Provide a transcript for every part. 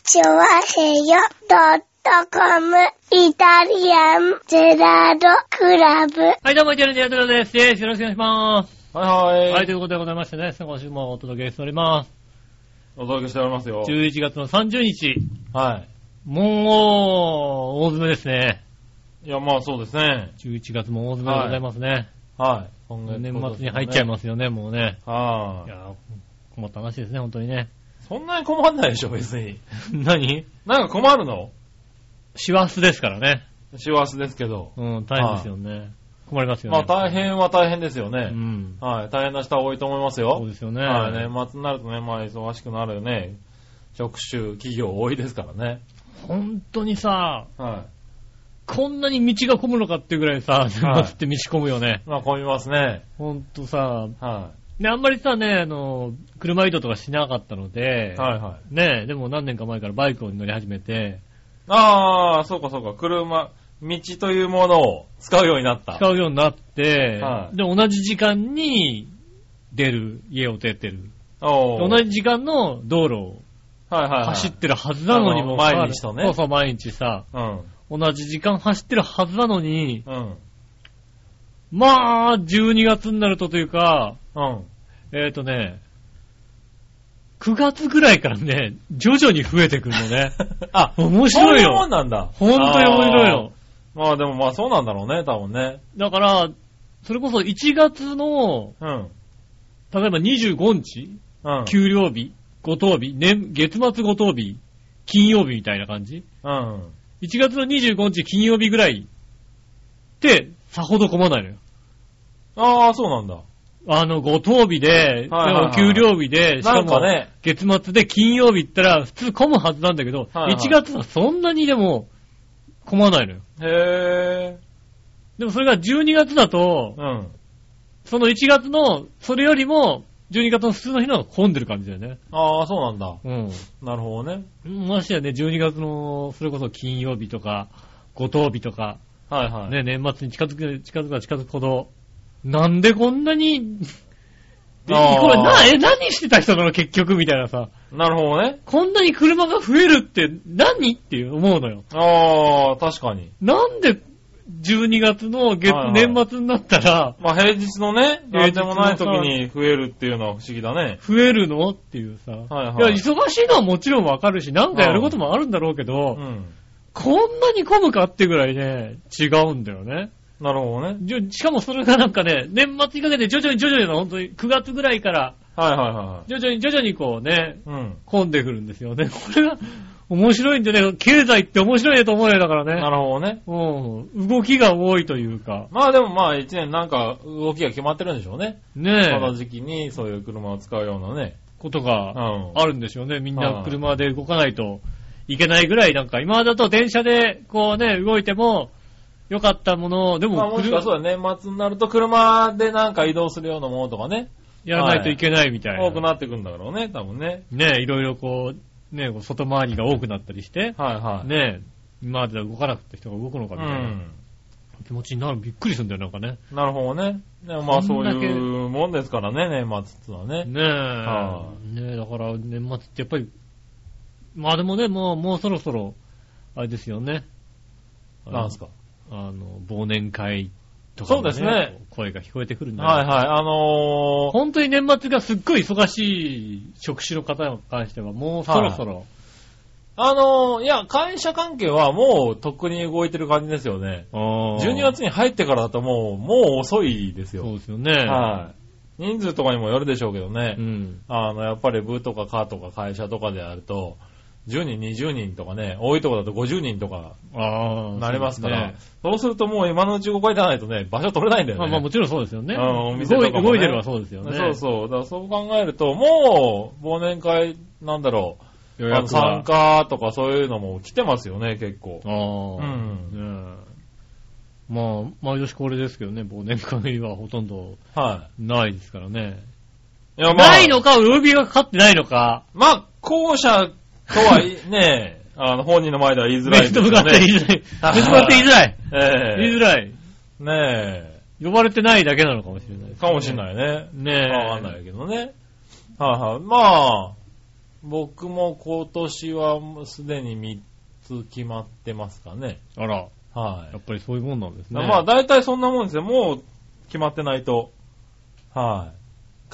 チョワヘヨ.com イタリアンゼラードクラブ。 はい、どうも、イタリアンゼラードクラブです。よろしくお願いします。 はいはい。 はい、ということでございましてね、今週もお届けしております。 お届けしておりますよ。 11月の30日。 はい。 もう、大詰めですね。 いや、まあそうですね。 11月も大詰めでございますね。 はい。 年末に入っちゃいますよね、もうね。 はい。 いや、困った話ですね、本当にね。 そんなに困んないでしょ、別に。 何？ なんか困るの？ 師走ですからね。 師走ですけど。 うん、大変ですよね。困りますよね。 まあ大変は大変ですよね。 うん。 はい。大変な人は多いと思いますよ。 そうですよね。 はい。年末になるとね、まあ忙しくなるよね。職種、企業多いですからね。 本当にさ、 はい。 こんなに道が混むのかっていうぐらいさ、年末って道混むよね。 まあ混みますね。 ほんとさ、 はい。 ね、あんまりさね、車移動とかしなかったので、 はいはい。 ね、でも何年か前からバイクを乗り始めて、 ああ、そうかそうか。車、道というものを使うようになった。 使うようになって、 はい、 で、同じ時間に家を出てる。 同じ時間の道路を走ってるはずなのにも、 毎日とね。 そうそう、毎日さ、同じ時間走ってるはずなのに、まあ、12月になるとというか、9月ぐらいからね、徐々に増えてくるのね。 あ、 面白いよ。 そういうもんなんだ。 本当に面白いよ。 まあでもまあそうなんだろうね、多分ね。 だから、それこそ1月の、例えば25日、給料日、五等日、月末五等日、金曜日みたいな感じ。1月の25日金曜日ぐらいって、さほど混まないのよ。 ああ、そうなんだ。 五等日で、給料日で、しかも、月末で金曜日行ったら普通混むはずなんだけど、1月はそんなにでも混まないのよ。 へー。 でもそれが12月だと、その1月の、それよりも、12月の普通の日の方が混んでる感じだよね。 ああ、そうなんだ。なるほどね。 ましてやね、12月の、それこそ金曜日とか、五等日とか、ね、年末に近づくほど、なんでこんなに、これ何してた人なの結局みたいなさ。 なるほどね。 こんなに車が増えるって何って思うのよ。 ああ、確かに。 なんで12月の年末になったら、 まあ平日のね、なんでもない時に増えるっていうのは不思議だね。 増えるのっていうさ。いや、忙しいのはもちろんわかるし、なんかやることもあるんだろうけど、こんなに混むかってぐらいね、違うんだよね。 なるほどね。 しかもそれがなんかね、年末にかけて徐々に本当に9月ぐらいから、徐々にこうね、混んでくるんですよね。これが面白いんでね、経済って面白いねと思うよだからね。 なるほどね。 動きが多いというか。 まあでもまあ1年なんか動きが決まってるんでしょうね。 ねえ。 この時期にそういう車を使うようなね。 ことがあるんでしょうね。みんな車で動かないといけないぐらいなんか、今だと電車でこうね、動いても、良かったもの、でも、 まあもしかそうだ、年末になると車でなんか移動するようなものとかね。 やらないといけないみたいな。 多くなってくるんだろうね、多分ね。 ねえ、いろいろこう、ねえ、外回りが多くなったりして。ねえ、今まで動かなかった人が動くのかみたいな。気持ちになる、びっくりするんだよ、なんかね。 なるほどね。でもまあそういうもんですからね、年末ってのはね。 ねえ。ねえ、だから年末ってやっぱり、まあでもね、もうそろそろ、あれですよね。 なんすか。 忘年会とか、ね、 そうですね。 声が聞こえてくるんじゃないですか。本当に年末がすっごい忙しい職種の方に関しては、もうそろそろ。 いや、会社関係はもうとっくに動いてる感じですよね。12月に入ってからだともう遅いですよ。 そうですよね。 人数とかにもよるでしょうけどね。やっぱり部とか課とか会社とかであると、10人、20人とかね、多いところだと50人とかなりますから、そうするともう今のうち動かないとね、場所取れないんだよね。 まあもちろんそうですよね。 お店とかもね、 動いてればそうですよね。 そうそう。だからそう考えると、もう忘年会なんだろう、参加とかそういうのも来てますよね、結構。 まあ、毎年これですけどね、忘年会はほとんどないですからね。ないのか、曜日がかかってないのか。 まあ、後者とはね、本人の前では言いづらいですね。 面と向かって言いづらい。面と向かって言いづらい。言いづらい。 ねえ。 呼ばれてないだけなのかもしれない。 かもしれないね。 ねえ。 わかんないけどね。まあ、 僕も今年はすでに3つ決まってますかね。 あら。 はい。 やっぱりそういうもんなんですね。 まあ大体そんなもんですよ。もう決まってないと。はい。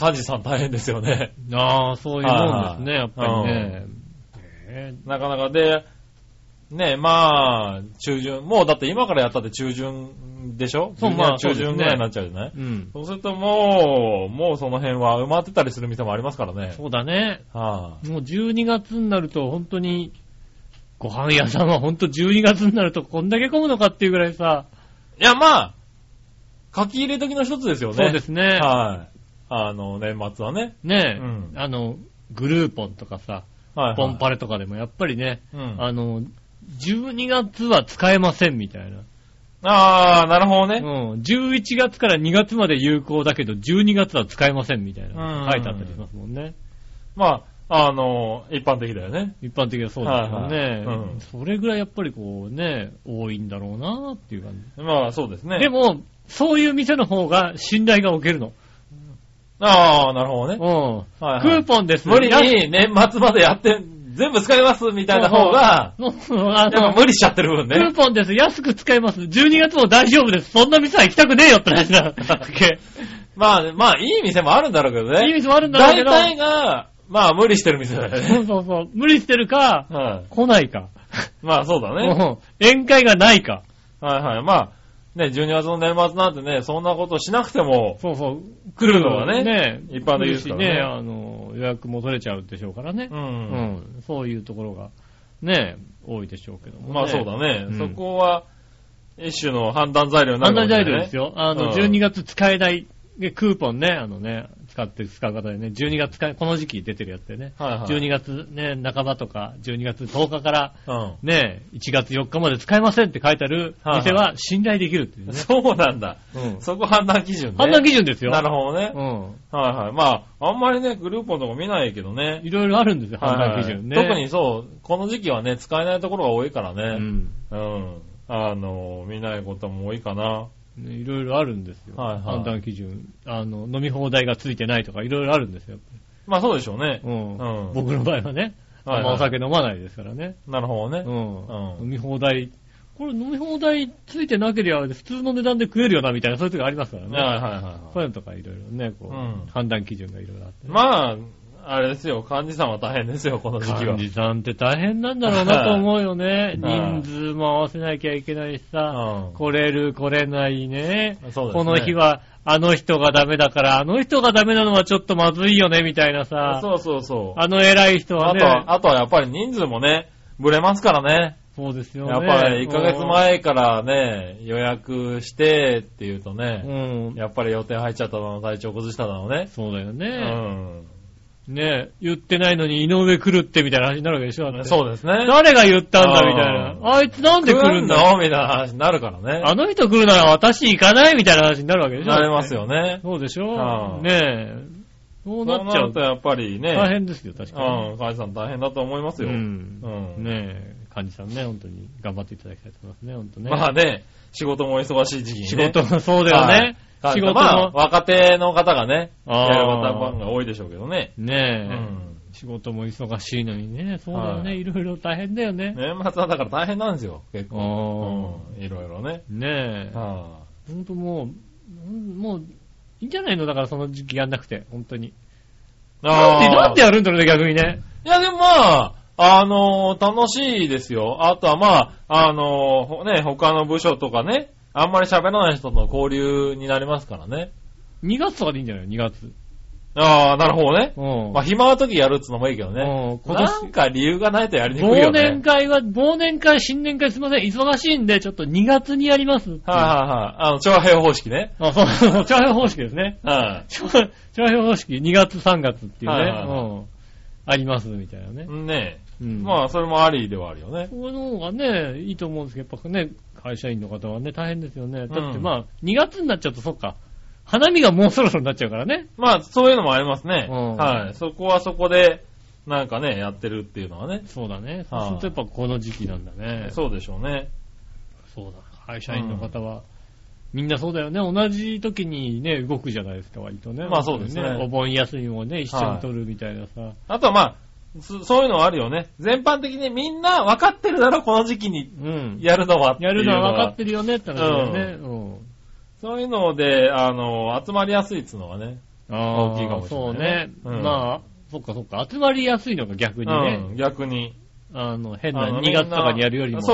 幹事さん大変ですよね。 ああ、そういうもんですね、やっぱりね。 なかなかで、ね、まあ、中旬、もうだって今からやったって中旬でしょ？そう、まあ中旬ぐらいになっちゃうじゃない？うん。そうするともうその辺は埋まってたりする店もありますからね。 そうだね。 はもう12月になると本当に、ご飯屋さんは本当12月になるとこんだけ混むのかっていうぐらいさ。 いや、まあ、書き入れ時の一つですよね。 そうですね。 はい。年末はね。 ねえ、うん、グルーポンとかさ、はいはい、ポンパレとかでもやっぱりね、うん、12月は使えませんみたいな。 ああ、なるほどね。 うん。11月から2月まで有効だけど、12月は使えませんみたいな。書いてあったりしますもんね。 まあ、一般的だよね。 一般的はそうですよね、はいはい、うん。それぐらいやっぱりこうね、多いんだろうなっていう感じ。 まあそうですね。 でも、そういう店の方が信頼がおけるの。 ああ、なるほどね。 うん。はいはい、クーポンです。 無理に年末までやって、全部使いますみたいな方が、やっぱ無理しちゃってる分ね。 クーポンです。安く使えます。12月も大丈夫です。そんな店は行きたくねえよって話だ。 まあ、いい店もあるんだろうけどね。 いい店もあるんだろうけど。 大体が、まあ、無理してる店だよね。 そう。無理してるか、はい、来ないか。 まあ、そうだね。 宴会がないか。 はいはい。まあ、ね、12月の年末なんてね、そんなことしなくても、 そう。 来るのはね、一般的ですからね。 予約も取れちゃうでしょうからね。うん。そういうところが、ね、多いでしょうけども、ね。 まあそうだね。そこは、一種の判断材料になるわけね。 判断材料ですよ。12月使えないクーポンね、使う方でね、12月この時期出てるやつでね、はいはい、12月ね、半ばとか、12月10日から、ね、1月4日まで使えませんって書いてある店は信頼できるっていうね。 そうなんだ。うん、そこ判断基準ね。 判断基準ですよ。 なるほどね。うん。はいはい。まあ、あんまりね、グルーポンとか見ないけどね。 いろいろあるんですよ、判断基準ね。 特にそう、この時期はね、使えないところが多いからね。うん。見ないことも多いかな。 いろいろあるんですよ。はいはい、判断基準。飲み放題がついてないとかいろいろあるんですよ。 まあそうでしょうね。 うん。僕の場合はね。あんまお酒飲まないですからね。 なるほどね。 うん。飲み放題。これ飲み放題ついてなければ普通の値段で食えるよなみたいなそういう時ありますからね。 はいはいはい。 そういうのとかいろいろね、こう、判断基準がいろいろあって、 ね。まあ、あれですよ、幹事さんは大変ですよ、この時期は。 幹事さんって大変なんだろうなと思うよね。人数も合わせなきゃいけないしさ、来れる来れないね。そうですね。この日はあの人がダメだから、あの人がダメなのはちょっとまずいよね、みたいなさ。 そう。 偉い人はね。 あとはやっぱり人数もね、ぶれますからね。 そうですよね。 やっぱり1ヶ月前からね、予約してって言うとね、やっぱり予定入っちゃったの、体調崩したのね。 そうだよね。ねえ、言ってないのに井上来るってみたいな話になるわけでしょ。 そうですね。 誰が言ったんだみたいな。あいつなんで来るんだみたいな話になるからね。 あの人来るなら私行かないみたいな話になるわけでしょ。 なりますよね。 そうでしょ。ねえ。そうなっちゃうとやっぱりね。 大変ですよ、確かに。 幹事さん大変だと思いますよ。ねえ、幹事さんね、本当に頑張っていただきたいと思いますね、本当ね。 まあね、仕事も忙しい時期にね。 仕事もそうだよね。仕事も。 まあ、若手の方がね、やる方が多いでしょうけどね。 ねえ。仕事も忙しいのにね、そうだよね、いろいろ大変だよね。 年末はだから大変なんですよ、結構。いろいろね。 ねえ。ほんともう、いいんじゃないのだからその時期やんなくて、ほんとに。なんでやるんだろうね、逆にね。 いや、でもまあ、楽しいですよ。あとはまあ、ね、他の部署とかね、あんまり喋らない人との交流になりますからね。 2月とかでいいんじゃない ?2 月。 ああ、なるほどね。まあ、暇な時やるっつうのもいいけどね。なんか理由がないとやりにくいよね。 忘年会、新年会すいません。忙しいんで、ちょっと2月にやります。 はい。調和平方式ね。 そう、調和平方式ですね。調和平方式、2月、3月っていうね。あります、みたいなね。 ねえ。まあ、それもありではあるよね。 その方がね、いいと思うんですけど、やっぱね、会社員の方はね、大変ですよね。だってまあ、2月になっちゃうと、そっか。花見がもうそろそろになっちゃうからね。 まあ、そういうのもありますね。はい。そこはそこで、なんかね、やってるっていうのはね。 そうだね。そうするとやっぱこの時期なんだね。 そうでしょうね。 そうだ。会社員の方は、みんなそうだよね。同じ時にね、動くじゃないですか、割とね。 まあそうですね。 お盆休みもね、一緒に取るみたいなさ。 あとはまあ、 そういうのはあるよね。全般的にみんな分かってるだろ、この時期にやるのはっていうのは。 やるのは分かってるよねって話だよね。 そういうので、集まりやすいっていうのはね、大きいかもしれない、ね。 そうね。まあ、そっか。集まりやすいのが逆にね。 逆に。 変な2月とかにやるよりも。 そう。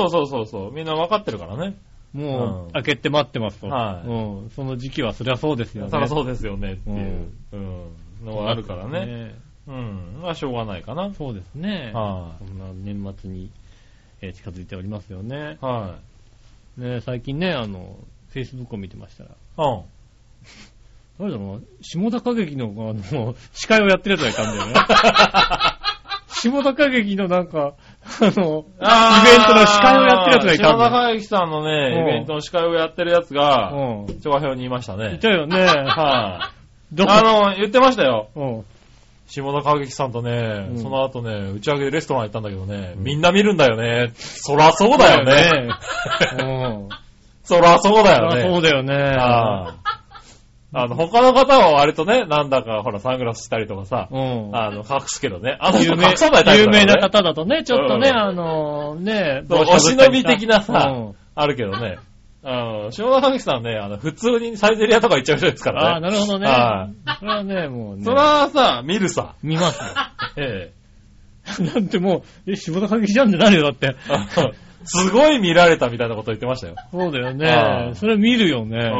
みんな分かってるからね。 もう、開けて待ってますと。その時期はそりゃそうですよね。 そりゃそうですよねっていう、のがあるからね。まあ、しょうがないかな。 そうですね。そんな年末に、近づいておりますよね。ね、最近ね、Facebook を見てましたら。誰だろう、下田歌劇の、司会をやってるやつがいたんだよね。下田歌劇のなんか、イベントの司会をやってるやつがいたんだよ。 下田歌劇さんのね、イベントの司会をやってるやつが、調和表にいましたね。 いたよね。 言ってましたよ。下田歌劇さんとね、その後ね、打ち上げでレストラン行ったんだけどね、みんな見るんだよね。そらそうだよね。そらそうだよね。 そうだよね。 他の方は割とね、なんだかほらサングラスしたりとかさ、隠すけどね。人隠さないタイプだね。 有名な方だとね、ちょっとね、 お忍び的なさ、あるけどね。下田歌劇さんね、普通にサイゼリアとか行っちゃう人ですからね。 なるほどね。それはね、もうね。 それはさ、見るさ。 見ますよ。だってもう、下田歌劇じゃんってなるよ、だって。 すごい見られたみたいなこと言ってましたよ。 そうだよね。それ見るよね。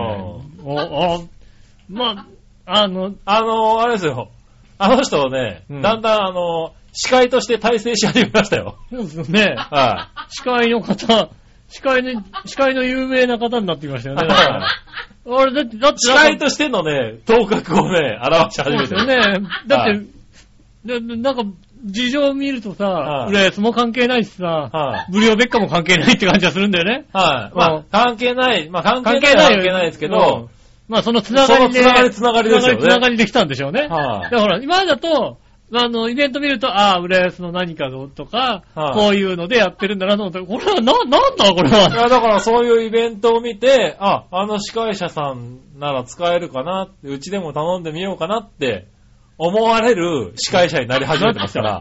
まあ、 あれですよ。あの人をね、だんだん司会として体制し始めましたよ。 そうですよね。司会の方、司会の有名な方になってきましたよね。あれ、だって司会としてのね、頭角をね、表し始めてる。 そうですよね。だって、なんか、事情を見るとさ、浦安も関係ないしさ、ブリオベッカも関係ないって感じがするんだよね。 まあ、関係ない。まあ、関係ないですけど、 まあ、そのつながりで。 つながりですよね。 つながりできたんでしょうね。だから、今だと、イベント見ると、浦安の何かとか、こういうのでやってるんだなと思って、これはなんだこれは。 いや、だからそういうイベントを見て、司会者さんなら使えるかなって、うちでも頼んでみようかなって思われる司会者になり始めてますから。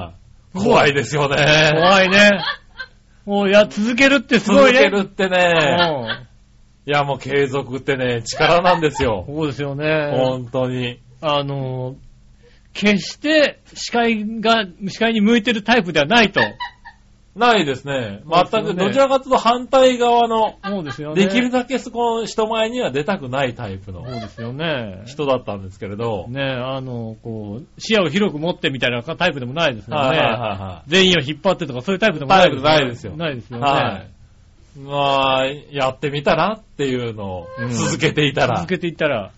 怖いですよね。 怖いね。もう続けるってすごいね。 続けるってね。いや、もう継続ってね、力なんですよ。 そうですよね。 本当に。 決して司会に向いてるタイプではないと。 ないですね。全く、どちらかというと反対側の、 そうですよね。 できるだけ人前には出たくないタイプの、 そうですよね。 人だったんですけれど。 ね、視野を広く持ってみたいなタイプでもないですよね。全員を引っ張ってとかそういうタイプでもないですよね。 ないですよ。 ないですよね。 まあ、やってみたらっていうのを続けていたら。 続けていったら。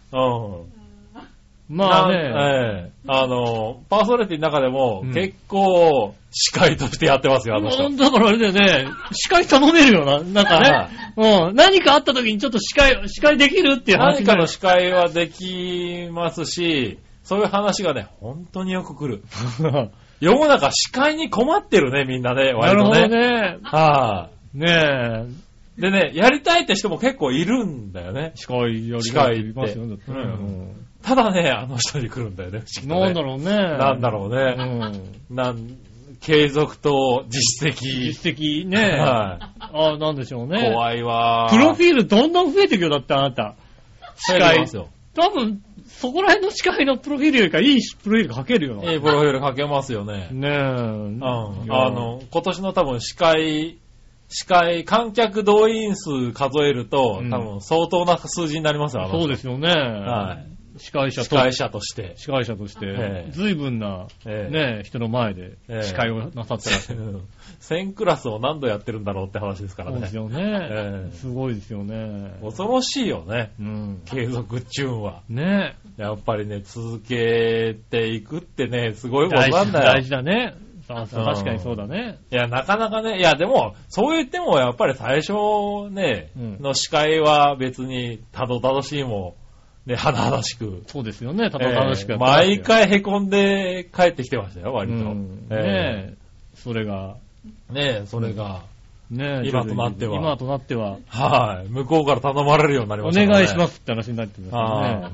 まあね、パーソナリティの中でも結構司会としてやってますよ、 だからあれだよね、司会頼めるよな、なんかね。何かあった時にちょっと司会できるっていう話。 何かの司会はできますし、そういう話がね、本当によく来る。世の中司会に困ってるね、みんなね、割とね。 なるほどね。ねえ。でね、やりたいって人も結構いるんだよね。 司会やりたいって言いますよ、だってね。 ただね、あの人に来るんだよね。 なんだろうね。 なんだろうね。継続と実績。 実績ね。なんでしょうね。 怖いわ。 プロフィールどんどん増えていくよ、だってあなた。 司会。 多分、そこら辺の司会のプロフィールよりかいいプロフィール書けるよ。 いいプロフィール書けますよね。 ねえ。 今年の多分司会、観客動員数数えると、多分相当な数字になりますよ、 そうですよね。 はい。 司会者として。随分な、人の前で司会をなさってらっしゃる。 1000クラスを何度やってるんだろうって話ですからね。 そうですよね。すごいですよね。 恐ろしいよね。継続中は。 ね。 やっぱりね、続けていくってね、すごいことなんだよ。 大事だね。確かにそうだね。 いや、なかなかね、いや、でも、そう言っても、やっぱり最初ね、の司会は別に、たどたどしいも、ね、華々しく。 そうですよね、たどたどしく。 毎回凹んで帰ってきてましたよ、割と。 ねそれが。 ね今となっては。はい。向こうから頼まれるようになりましたね。 お願いしますって話になってますよね。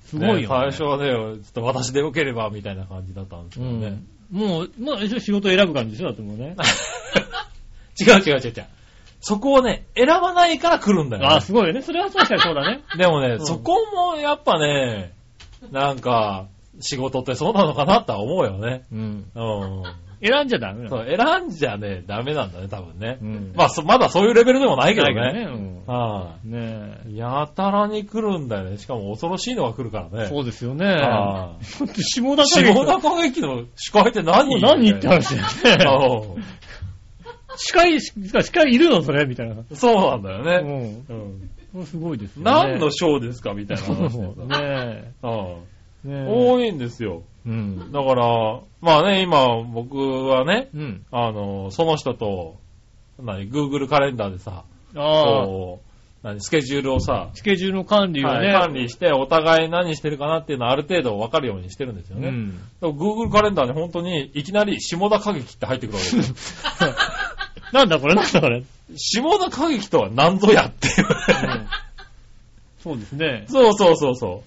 すごいよね。 最初はね、ちょっと私でよければみたいな感じだったんですけどね。 もう仕事選ぶ感じでしょだってもうね。 違う。そこをね、選ばないから来るんだよ、ね。 あ、すごいよね。それは確かにそうだね。 でもね、そこもやっぱね、なんか、仕事ってそうなのかなって思うよね。選んじゃダメなの。そう、選んじゃね、ダメなんだね、多分ね。まあ、まだそういうレベルでもないけどね。ねえ。やたらに来るんだよね。しかも恐ろしいのが来るからね。 そうですよね。 下田歌劇の司会って何って話だよね。司会いるのそれみたいな。 そうなんだよね。 すごいですよね。 何のショーですかみたいな話でさ。 ねえ。 多いんですよ。だから、まあね、今僕はね、その人と、Google カレンダーでさ、スケジュールをさ、 スケジュールの管理をね、 管理して、お互い何してるかなっていうのをある程度分かるようにしてるんですよね。Google カレンダーに本当にいきなり下田歌劇って入ってくるわけですよ。 なんだこれ。 下田歌劇とは何ぞやっていう。 そうですね。 そう。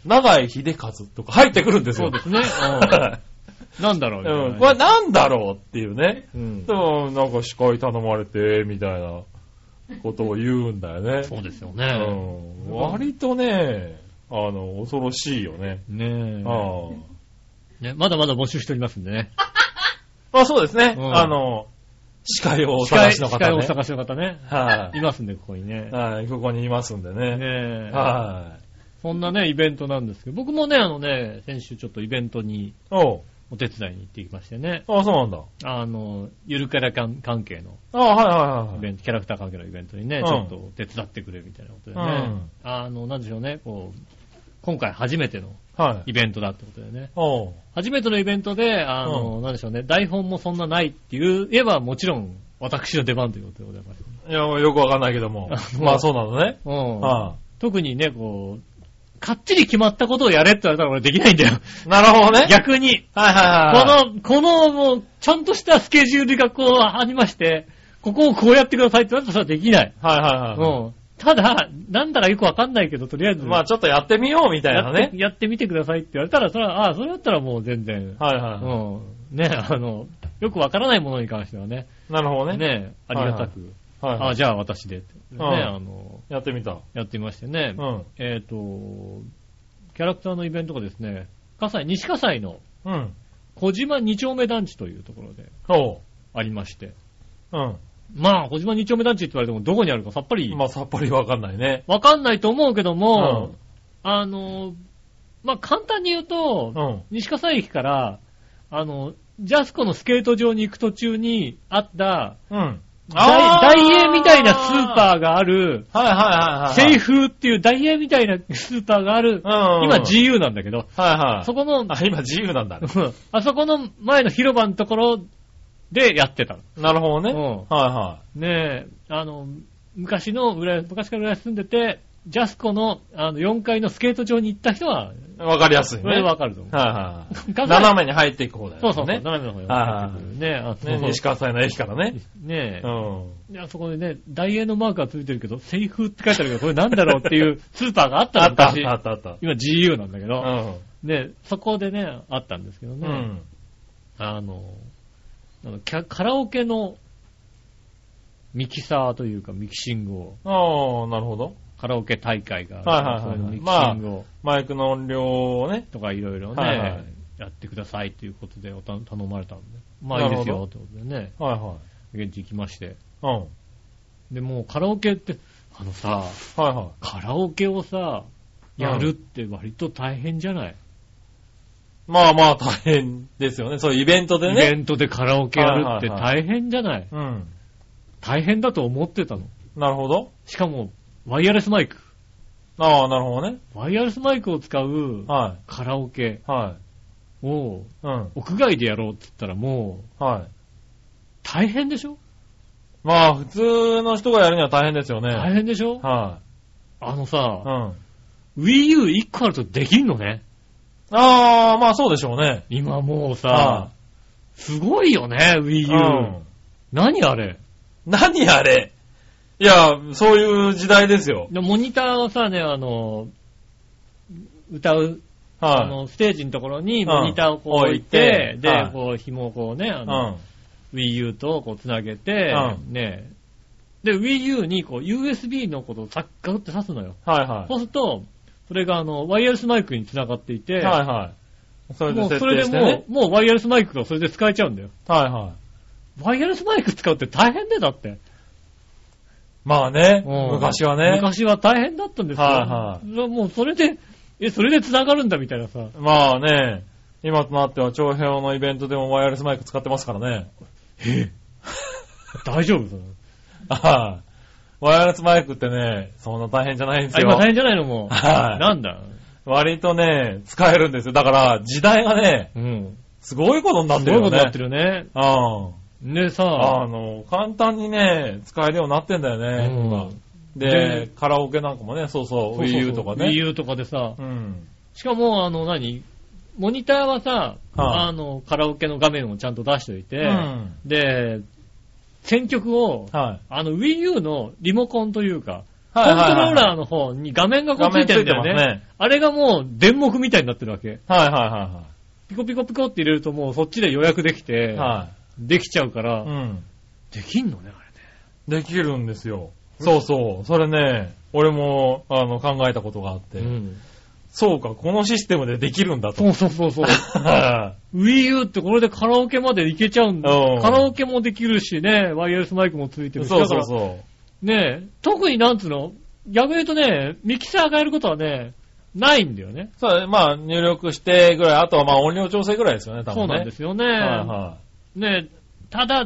長井秀和とか入ってくるんですよ。 そうですね。なんだろう、 これなんだろうっていうね。でもなんか司会頼まれて、みたいなことを言うんだよね。 そうですよね。 割とね、恐ろしいよね。 ねまだまだ募集しておりますんでね。 まあそうですね。司会をお探しの方ね。 司会をお探しの方ね。いますんで、ここにね。 ここにいますんでね。 そんなね、イベントなんですけど、僕もね、先週ちょっとイベントに、お手伝いに行ってきましてね。 そうなんだ。 ゆるキャラ関係の、イベント、キャラクター関係のイベントにね、ちょっと手伝ってくれみたいなことでね。なんでしょうね、今回初めてのイベントだってことでね。初めてのイベントで、なんでしょうね、台本もそんなないって言えばもちろん私の出番ということでございます。 いや、よくわかんないけども。まあそうなのね。 特にね、かっちり決まったことをやれって言われたら俺できないんだよ。 なるほどね。 逆に。このもう、ちゃんとしたスケジュールがありまして、ここをこうやってくださいって言われたらそれはできない。ただ、なんだかよくわかんないけど、とりあえず。 まあちょっとやってみようみたいなね。 やってみてくださいって言われたら、それだったらもう全然。ね、よくわからないものに関してはね。 なるほどね。 ね、ありがたく。じゃあ私で。 やってみた。 やってみましてね。キャラクターのイベントがですね、西葛西の、小島2丁目団地というところで、ありまして。まあ、小島2丁目団地って言われてもどこにあるかさっぱり。 まあ、さっぱりわかんないね。 わかんないと思うけども、まあ、簡単に言うと、西葛西駅から、ジャスコのスケート場に行く途中にあった、ダイエーみたいなスーパーがある、セイフーっていうダイエーみたいなスーパーがある、今 GU なんだけど、そこの、 今 GU なんだね。 あそこの前の広場のところでやってたの。 なるほどね。 ねえ、昔から浦安住んでて、ジャスコの4階のスケート場に行った人は、 わかりやすいね。 それでわかると思う。 斜めに入っていく方だよね。 そう、斜めの方に入っていく。 ね、西葛西の駅からね。 ねえ。あそこでね、ダイエーのマークがついてるけど、セイフって書いてあるけど、これなんだろうっていうスーパーがあったの昔。 あった。 今 GU なんだけど、ね、そこでね、あったんですけどね。カラオケのミキサーというかミキシングを。 なるほど。 カラオケ大会がある。ミキシングを。 マイクの音量をね。 とかいろいろね、やってくださいということで頼まれたんで。まあいいですよ、ということでね。現地行きまして。で、もうカラオケって、カラオケをさ、やるって割と大変じゃない？ まあ大変ですよね。そういうイベントでね。 イベントでカラオケやるって大変じゃない？大変だと思ってたの。 なるほど。 しかも、ワイヤレスマイク。 なるほどね。 ワイヤレスマイクを使うカラオケを屋外でやろうって言ったらもう、大変でしょ？ まあ普通の人がやるには大変ですよね。 大変でしょ？Wii U 1個あるとできんのね。 まあそうでしょうね。 今もうさ、すごいよね、Wii U。何あれ？いや、そういう時代ですよ。 モニターをさ、ね、歌うステージのところにモニターをこう置いて、で、こう紐をこうね、Wii U とこうつなげて、ね、で、Wii U にこう USB のことをガウって挿すのよ。はいはい。そうすると、それがワイヤレスマイクにつながっていて、はいはい。それで設定してね。もうワイヤレスマイクがそれで使えちゃうんだよ。はいはい。ワイヤレスマイク使うって大変だよ、だって。 まあね、昔はね。 昔は大変だったんですよ。はいはい。もうそれで繋がるんだみたいなさ。 まあね、今となっては長編のイベントでもワイヤレスマイク使ってますからね。 大丈夫それ。 はい。ワイヤレスマイクってね、そんな大変じゃないんですよ。 今大変じゃないのもう。はい。なんだ。 割とね、使えるんですよ。だから、時代がね、すごいことになってるよね。 すごいことになってるよね。でさ、 簡単にね、使えるようになってんだよね。で、カラオケなんかもね、そうそう、Wii U とかね。 Wii U とかでさ、しかも、モニターはさ、カラオケの画面をちゃんと出しといて、で、選曲を、Wii U のリモコンというか、コントローラーの方に画面がこうついてるんだよね。あれがもう電目みたいになってるわけ。はいはいはい。ピコピコピコって入れるともうそっちで予約できて、できちゃうから、できんのね、あれね。できるんですよ。そうそう。それね、俺も考えたことがあって。そうか、このシステムでできるんだと。 そう。Wii U ってこれでカラオケまでいけちゃうんだ。カラオケもできるしね、ワイヤレスマイクもついてるし。そう。ねえ、特になんつうの、逆に言うとね、ミキサーがやることはね、ないんだよね。 そう、まあ入力してぐらい、あとはまあ音量調整ぐらいですよね、多分ね。 そうなんですよね。ねえ、ただ、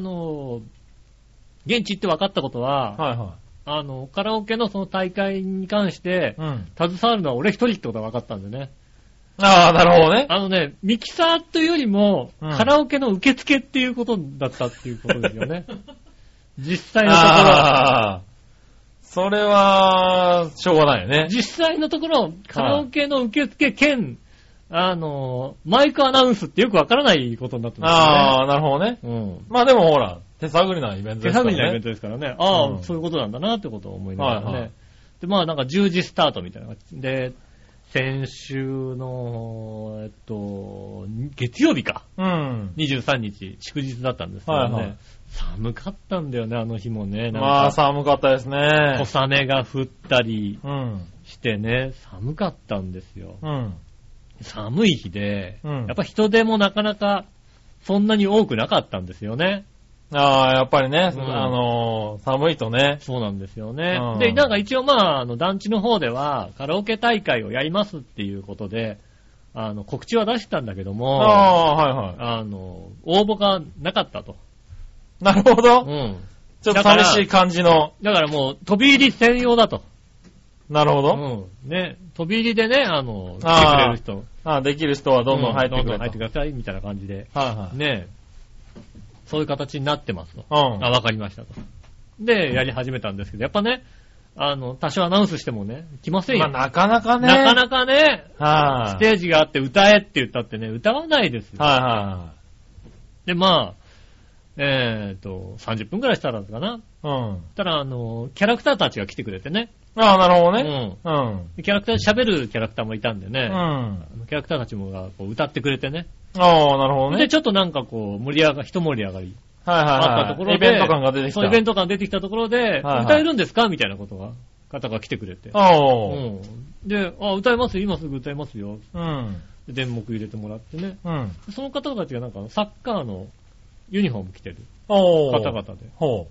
現地行って分かったことは、カラオケのその大会に関して、携わるのは俺一人ってことが分かったんでね。 ああ、なるほどね。ミキサーというよりも、カラオケの受付っていうことだったっていうことですよね。実際のところ。 それは、しょうがないよね。 実際のところ、カラオケの受付兼、マイクアナウンスってよくわからないことになってますね。 ああ、なるほどね。まあでもほら、手探りなイベントですからね。 手探りなイベントですからね。そういうことなんだなってことを思いながらね。で、まあなんか10時スタートみたいな感じで、先週の、月曜日か。23日、祝日だったんですけどね。寒かったんだよね、あの日もね。 まあ寒かったですね。 小雨が降ったりしてね、寒かったんですよ。寒い日で、やっぱ人手もなかなかそんなに多くなかったんですよね。 ああ、やっぱりね、寒いとね。 そうなんですよね。で、なんか一応まあ、団地の方ではカラオケ大会をやりますっていうことで、告知は出してたんだけども、応募がなかったと。 なるほど。ちょっと寂しい感じの。 だからもう、飛び入り専用だと。 なるほど。 ね、飛び入りでね、来てくれる人。 できる人はどんどん入ってくれる。 どんどん入ってください、みたいな感じで。ね、そういう形になってますと。わかりましたと。で、やり始めたんですけど、やっぱね、多少アナウンスしてもね、来ませんよ。 まあ、なかなかね。 ステージがあって歌えって言ったってね、歌わないですよ。で、まあ、30分くらいしたらかな。たら、キャラクターたちが来てくれてね。 ああ、なるほどね。 キャラクター、喋るキャラクターもいたんでね。キャラクターたちもがこう歌ってくれてね。 ああ、なるほどね。 で、ちょっとなんかこう、一盛り上がり。 あったところで。イベント感が出てきた。 そう、イベント感出てきたところで、歌えるんですかみたいなことが、方が来てくれて。で、歌えますよ、今すぐ歌えますよ。電目入れてもらってね。その方たちがなんか、サッカーのユニフォーム着てる方々で。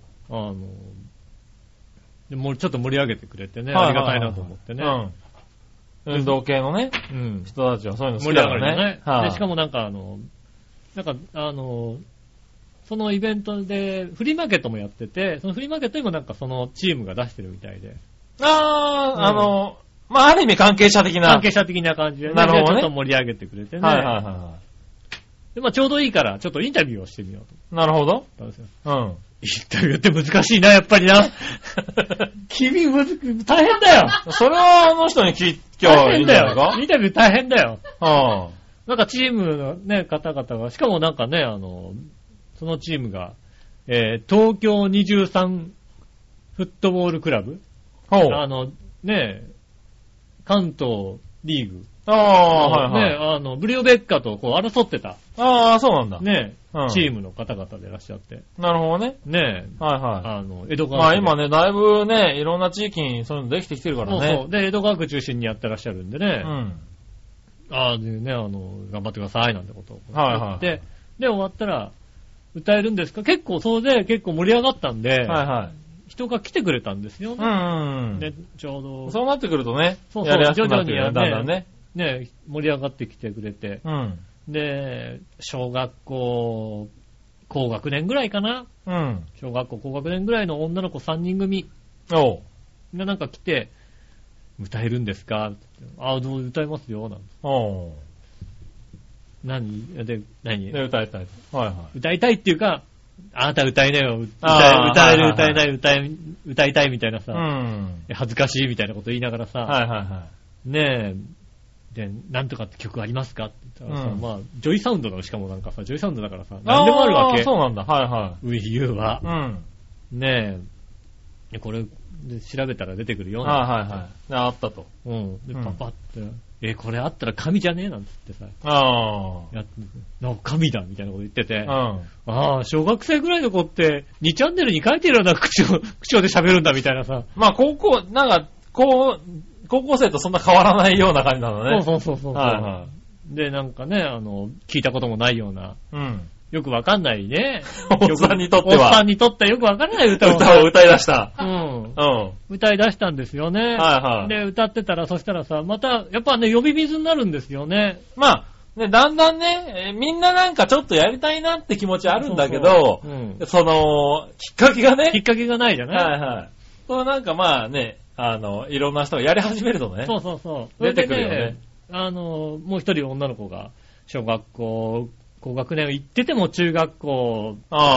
でもうちょっと盛り上げてくれてね、ありがたいなと思ってね。 運動系のね、人たちはそういうの好きだからね。 で、しかもなんかそのイベントでフリーマーケットもやってて、そのフリーマーケットにもなんかそのチームが出してるみたいで。 まあ、ある意味関係者的な。 関係者的な感じでね。なるほどね。ちょっと盛り上げてくれてね。で、まあちょうどいいから、ちょっとインタビューをしてみようと。 なるほど。 インタビューって難しいな、やっぱりな。君、大変だよ。 それはあの人に聞きゃいいんじゃないか？ インタビュー大変だよ。なんかチームのね、方々が、しかもなんかね、そのチームが、東京23フットボールクラブ。ね、関東リーグ。 はい。 ね、ブリオベッカとこう争ってた。 ああ、そうなんだ。 ね、チームの方々でいらっしゃって。 なるほどね。 ね、 はい。 江戸川区。 まあ今ね、だいぶね、いろんな地域にそういうのできてきてるからね。 そう。で、江戸川区中心にやってらっしゃるんでね。ね、頑張ってくださいなんてことを言って、で、終わったら、歌えるんですか？結構、そうで結構盛り上がったんで、人が来てくれたんですよね。で、ちょうど。 そうなってくるとね、 やりやすくなってくるね、だんだんね。ね、盛り上がってきてくれて。で、小学校、高学年ぐらいかな。小学校高学年ぐらいの女の子3人組がなんか来て、歌えるんですか？どう歌いますよ。何で歌いたい。 歌いたいっていうか、あなた歌いなよ。歌える、歌えない、歌いたいみたいなさ、恥ずかしいみたいなこと言いながらさ、ねえ、で、なんとかって曲ありますかって言ったらさ、まあ、ジョイサウンドのしかもなんかさ、ジョイサウンドだからさ、何でもあるわけ。 そうなんだ。 ウィユーは。ねえ、これ、で調べたら出てくるよ。 あったと。 で、パパって、これあったら神じゃねえなんつってさ。神だみたいなこと言ってて。小学生ぐらいの子って、2チャンネルに書いてるような口調で喋るんだみたいなさ。 まあ、高校生とそんな変わらないような感じなのね。 そう。で、なんかね、聞いたこともないような。よくわかんないね。 おっさんにとっては。 おっさんにとってはよくわからない歌を歌い出した。 歌い出したんですよね。で、歌ってたら、そしたらさ、また、やっぱね、呼び水になるんですよね。 まあ、ね、だんだんね、みんななんかちょっとやりたいなって気持ちあるんだけど、きっかけがね。 きっかけがないじゃない。 そうなんかまあね、いろんな人がやり始めるとね。 そう。 出てくるよね。 もう一人女の子が、小学校、高学年行ってても中学校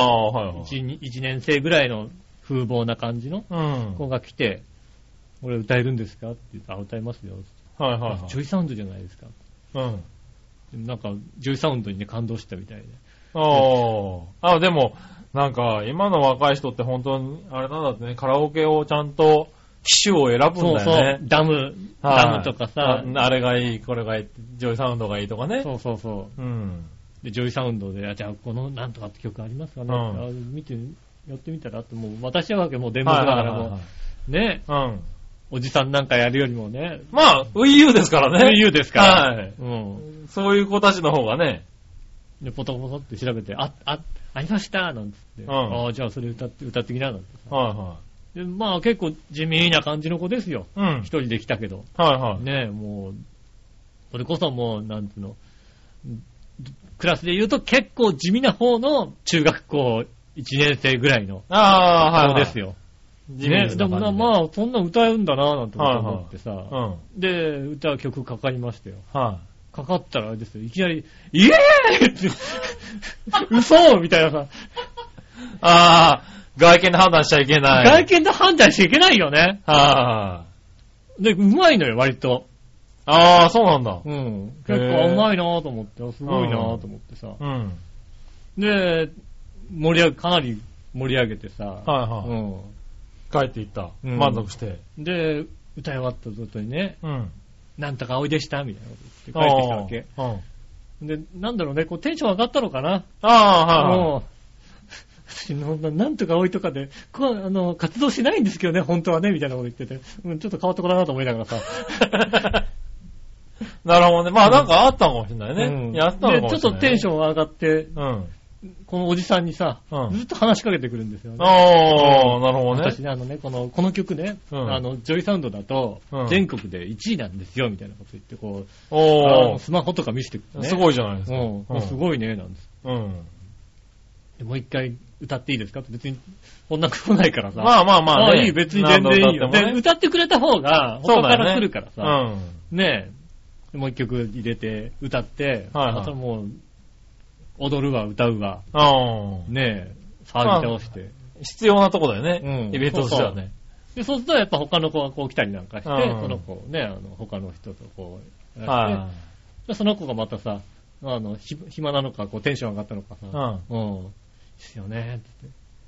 1年生ぐらいの風貌な感じの子が来て、俺歌えるんですかって言って、歌いますよ。ジョイサウンドじゃないですか。なんか、ジョイサウンドにね、感動したみたいで。 でも、なんか、今の若い人って本当に、あれなんだってね、カラオケをちゃんと、機種を選ぶんだよね。 ダムとかさ。 あれがいい、これがいい、ジョイサウンドがいいとかね。 そう。で、ジョイサウンドで、じゃあこのなんとかって曲ありますかね、やってみたらって、もう私はわけもう電話だからもう、ね、おじさんなんかやるよりもね。 まあ、Wii U ですからね。 Wii U ですから。 そういう子たちの方がね。 で、ポトポトって調べて、ありましたなんつって。じゃあそれ歌ってきななんてさ。で、まあ結構地味な感じの子ですよ。一人で来たけど。ね、もう、それこそもう、なんていうの、クラスで言うと結構地味な方の中学校1年生ぐらいの子ですよ。ね、でもまあ、そんな歌うんだなぁなんて思ってさ。で、曲かかりましたよ。かかったらあれですよ。いきなり、イエーイって、嘘みたいなさ。 外見で判断しちゃいけない。 外見で判断しちゃいけないよね。で、うまいのよ、割と。 そうなんだ。 結構うまいなぁと思って、すごいなぁと思ってさ。で、かなり盛り上げてさ。 帰っていった。満足して。 で、歌い終わった後にね、なんとかおいでしたみたいなこと言って帰ってきたわけ。で、なんだろうね、こうテンション上がったのかな。なんとかおいとかで、活動しないんですけどね、本当はね、みたいなこと言ってて、ちょっと変わった子だなと思いながらさ。 なるほどね。まあなんかあったかもしれないね。やったのかもしれない。 で、ちょっとテンション上がって、このおじさんにさ、ずっと話しかけてくるんですよね。 なるほどね。 私ね、この曲ね、ジョイサウンドだと、全国で1位なんですよ、みたいなこと言って、こう、スマホとか見せてくるね。 すごいじゃないですか。 すごいね、なんです。もう一回歌っていいですかって別に、こんな来ないからさ。 まあいい、別に全然いいよ。で、歌ってくれた方が、他から来るからさ。ねえ、もう一曲入れて、歌って、あともう、踊るわ、歌うわ。ねえ、騒ぎ倒して。 必要なとこだよね。イベントとしてはね。 で、そうするとやっぱ他の子がこう来たりなんかして、その子ね、他の人とこうやって、その子がまたさ、暇なのか、こうテンション上がったのかさ、ですよね、って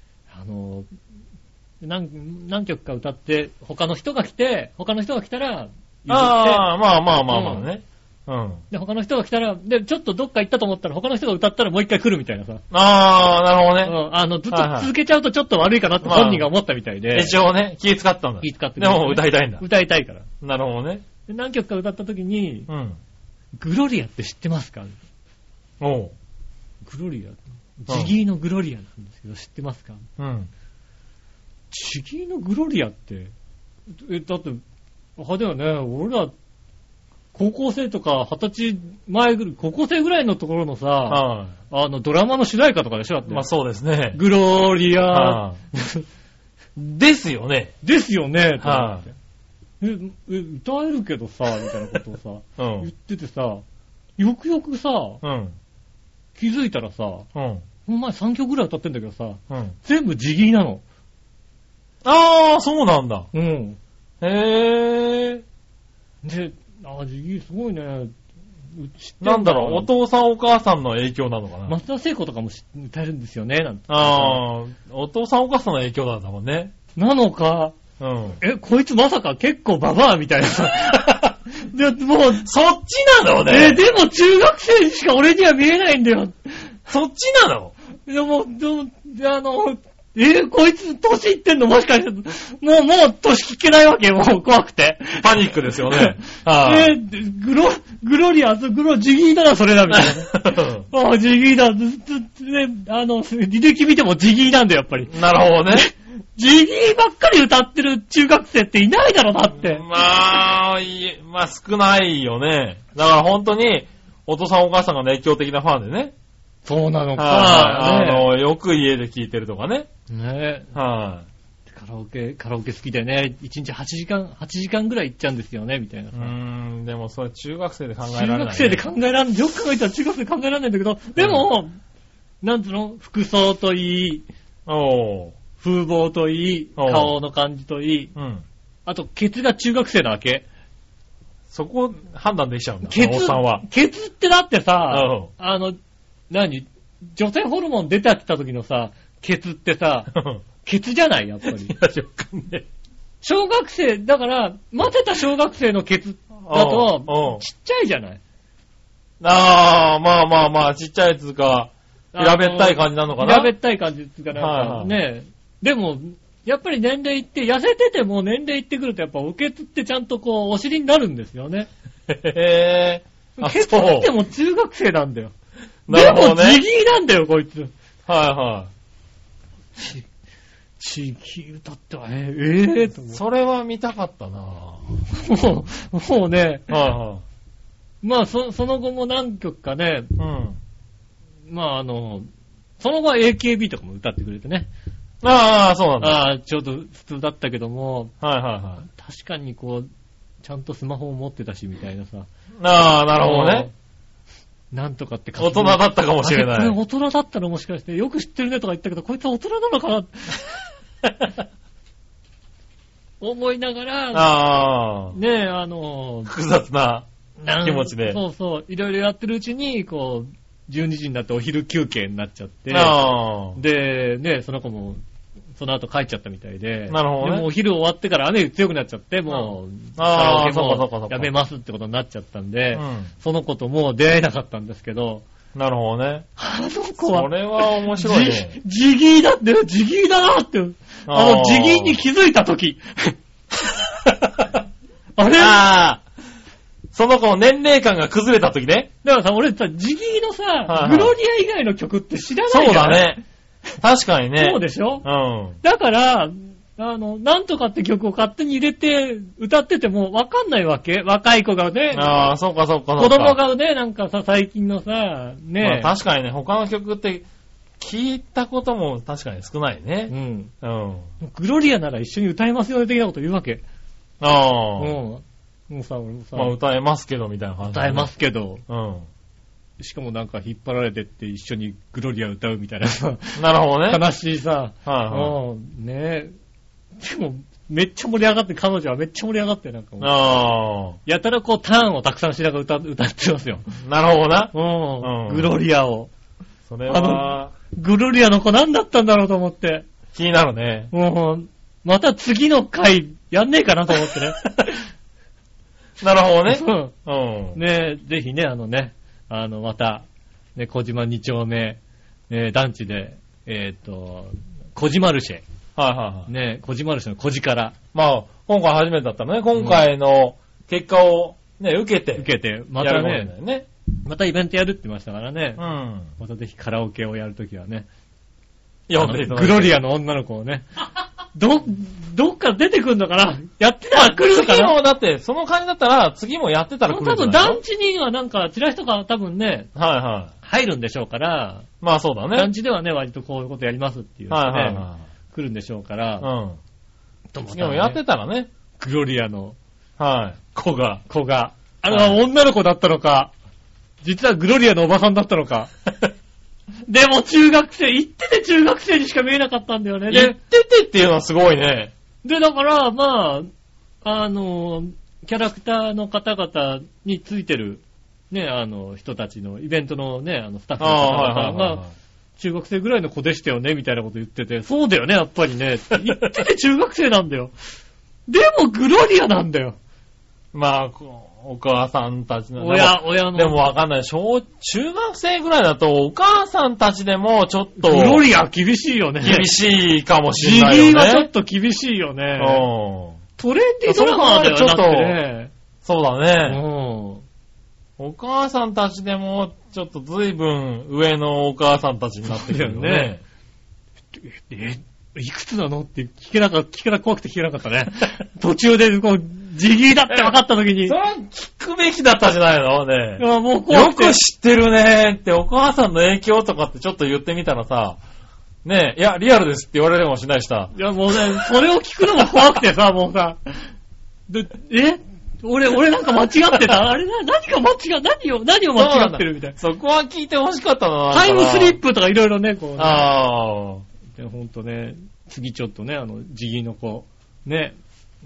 何曲か歌って、他の人が来たら、 まあね。 うん。 で、他の人が来たら、で、ちょっとどっか行ったと思ったら他の人が歌ったらもう一回来るみたいなさ。 あー、なるほどね。 ずっと続けちゃうとちょっと悪いかなって本人が思ったみたいで。 一応ね、気使ったんだ。 気使ってでも歌いたいんだ。 歌いたいから。 なるほどね。 で何曲か歌った時に、 うん。 グロリアって知ってますか？ おう。 グロリア。ジギーのグロリアなんですけど、知ってますか？ うん。 ジギーのグロリアって、だって、だよね、俺ら、高校生とか20歳前ぐらい、高校生ぐらいのところのさ、ドラマの主題歌とかでしょだって。 まあそうですね。 グロリア、 ですよね。 ですよね、と思って。歌えるけどさ、みたいなことをさ、言っててさ、よくよくさ、気づいたらさ、お前3曲ぐらい歌ってんだけどさ、全部ジギーなの。 あー、そうなんだ。 うん。 へー。 で、ジギーすごいね。 なんだろう、お父さんお母さんの影響なのかな。 松田聖子とかも歌えるんですよね、なんて。 お父さんお母さんの影響なんだもんね。 なのか、こいつまさか結構ババアみたいな。で、もう、 そっちなのね。 でも中学生にしか俺には見えないんだよ。 そっちなの？ でも、こいつ年いってんのもしかして、もう年聞けないわけよ、もう怖くて。 パニックですよね。 グロリア、ジギーだな、それだ、みたいな。ジギーだ、履歴見てもジギーなんだよ、やっぱり。 なるほどね。 ジギーばっかり歌ってる中学生っていないだろ、だって。 まあ少ないよね。だから本当に、お父さんお母さんが熱狂的なファンでね。 そうなのか。 よく家で聴いてるとかね。 ねえ。カラオケ好きでね、1日8時間ぐらい行っちゃうんですよね、みたいなさ。 でもそれ中学生で考えられない、ね。 中学生で考えられない。よく考えたら中学生で考えられないんだけど、でも、なんつうの、服装といい、風貌といい、顔の感じといい、あと、ケツが中学生なわけ。 そこ判断できちゃうんだ、おっさんは。 ケツってだってさ、女性ホルモン出てきた時のさ、ケツってさ、ケツじゃないやっぱり。小学生、だから、待てた小学生のケツだと、ちっちゃいじゃない。 まあ、ちっちゃいやつか、平べったい感じなのかな。 平べったい感じっていうかなんかね、でも、やっぱり年齢いって、痩せてても年齢いってくるとやっぱおケツってちゃんとこう、お尻になるんですよね。 へぇー。ケツっても中学生なんだよ。 なるほどね。 でもジギーなんだよ、こいつ。ジギー歌っては、と思う。 それは見たかったなぁ。もうね、まあ、その後も何曲かね、まあその後は AKB とかも歌ってくれてね。 そうなんだ。 ちょうど普通だったけども、確かにこう、ちゃんとスマホを持ってたし、みたいなさ。 なるほどね。 なんとかって大人だったかもしれない。 大人だったらもしかして、よく知ってるねとか言ったけど、こいつは大人なのかな思いながら、ね複雑な気持ちで。 そうそう、いろいろやってるうちに、こう、12時になってお昼休憩になっちゃって、で、ね、その子も、その後帰っちゃったみたいで、 なるほどね。 でもお昼終わってから雨強くなっちゃって、もう、カラオケもやめますってことになっちゃったんで、その子ともう出会えなかったんですけど、 なるほどね。 あの子は、 それは面白いね。 ジギーだって、ジギーだなって、ジギーに気づいたとき。あれその子の年齢感が崩れたときね。 だからさ、俺さ、ジギーのさ、グロリア以外の曲って知らないじゃん。 そうだね。確かにね。 そうでしょ？だから、なんとかって曲を勝手に入れて歌っててもわかんないわけ？若い子がね。 そうか。 子供がね、なんかさ、最近のさ、ね。 まあ確かにね、他の曲って聞いたことも確かに少ないね。 グロリアなら一緒に歌えますよね、的なこと言うわけ。もうさ、俺もさ。 まあ歌えますけど、みたいな感じ、 歌えますけど。しかもなんか引っ張られてって一緒にグロリア歌うみたいなさ。 なるほどね。 悲しいさ。ねでも、めっちゃ盛り上がって、彼女はめっちゃ盛り上がって、なんかもう。やたらこうターンをたくさんしながら歌ってますよ。 なるほどな。 グロリアを。 それは、 グロリアの子何だったんだろうと思って。 気になるね。 また次の回やんねえかなと思ってね。 なるほどね。 うん。ねぜひね、また、ね、小島2丁目、団地で、小島ルシェ。 はいはいはい。 ね小島ルシェの小力。 まあ、今回初めてだったのね。今回の結果をね、受けて、 またね、またイベントやるって言いましたからね。うん。またぜひカラオケをやるときはね。グロリアの女の子をね。どっから出てくんのかなやってたら来るのかな。 次もだって、その感じだったら、次もやってたら来るんじゃないの？ 多分団地にはなんか、チラシとか多分ね、 はいはい。 入るんでしょうから、 まあそうだね。 団地ではね、割とこういうことやりますっていうね、はいはいはい、来るんでしょうから、うん。 次もやってたらね。 グロリアの、 はい。 子が。あれは女の子だったのか、実はグロリアのおばさんだったのか。でも行ってて中学生にしか見えなかったんだよね。 行っててっていうのはすごいね。 で、だから、まあ、キャラクターの方々についてる、ね、人たちの、イベントのね、スタッフの方々が、中学生ぐらいの子でしたよね、みたいなこと言ってて、そうだよね、やっぱりね。言ってて中学生なんだよ。でも、グロリアなんだよ。 まあ、お母さんたちの。 親の。 でもわかんない。中学生ぐらいだと、お母さんたちでもちょっと。 グロリア厳しいよね。 厳しいかもしれないよね。 ジギーはちょっと厳しいよね。トレンディドラマだよね。ちょっと、ね。 そうだね。お母さんたちでも、ちょっと随分上のお母さんたちになってくるよね。いくつなのって聞けな怖くて聞けなかったね。途中でこう、ジギーだって分かった時に。 それは聞くべきだったじゃないのね。 いやもう怖くてよく知ってるねってお母さんの影響とかってちょっと言ってみたらさ、ねえ、いや、リアルですって言われるかもしれないしさ。 いやもうね、それを聞くのも怖くてさ、もうさ。俺なんか間違ってたあれ何を間違ってるみたいな。 そこは聞いて欲しかったな。 タイムスリップとかいろいろね、こう、ね。 ああ。 ほんとね、次ちょっとね、ジギーの子、ね、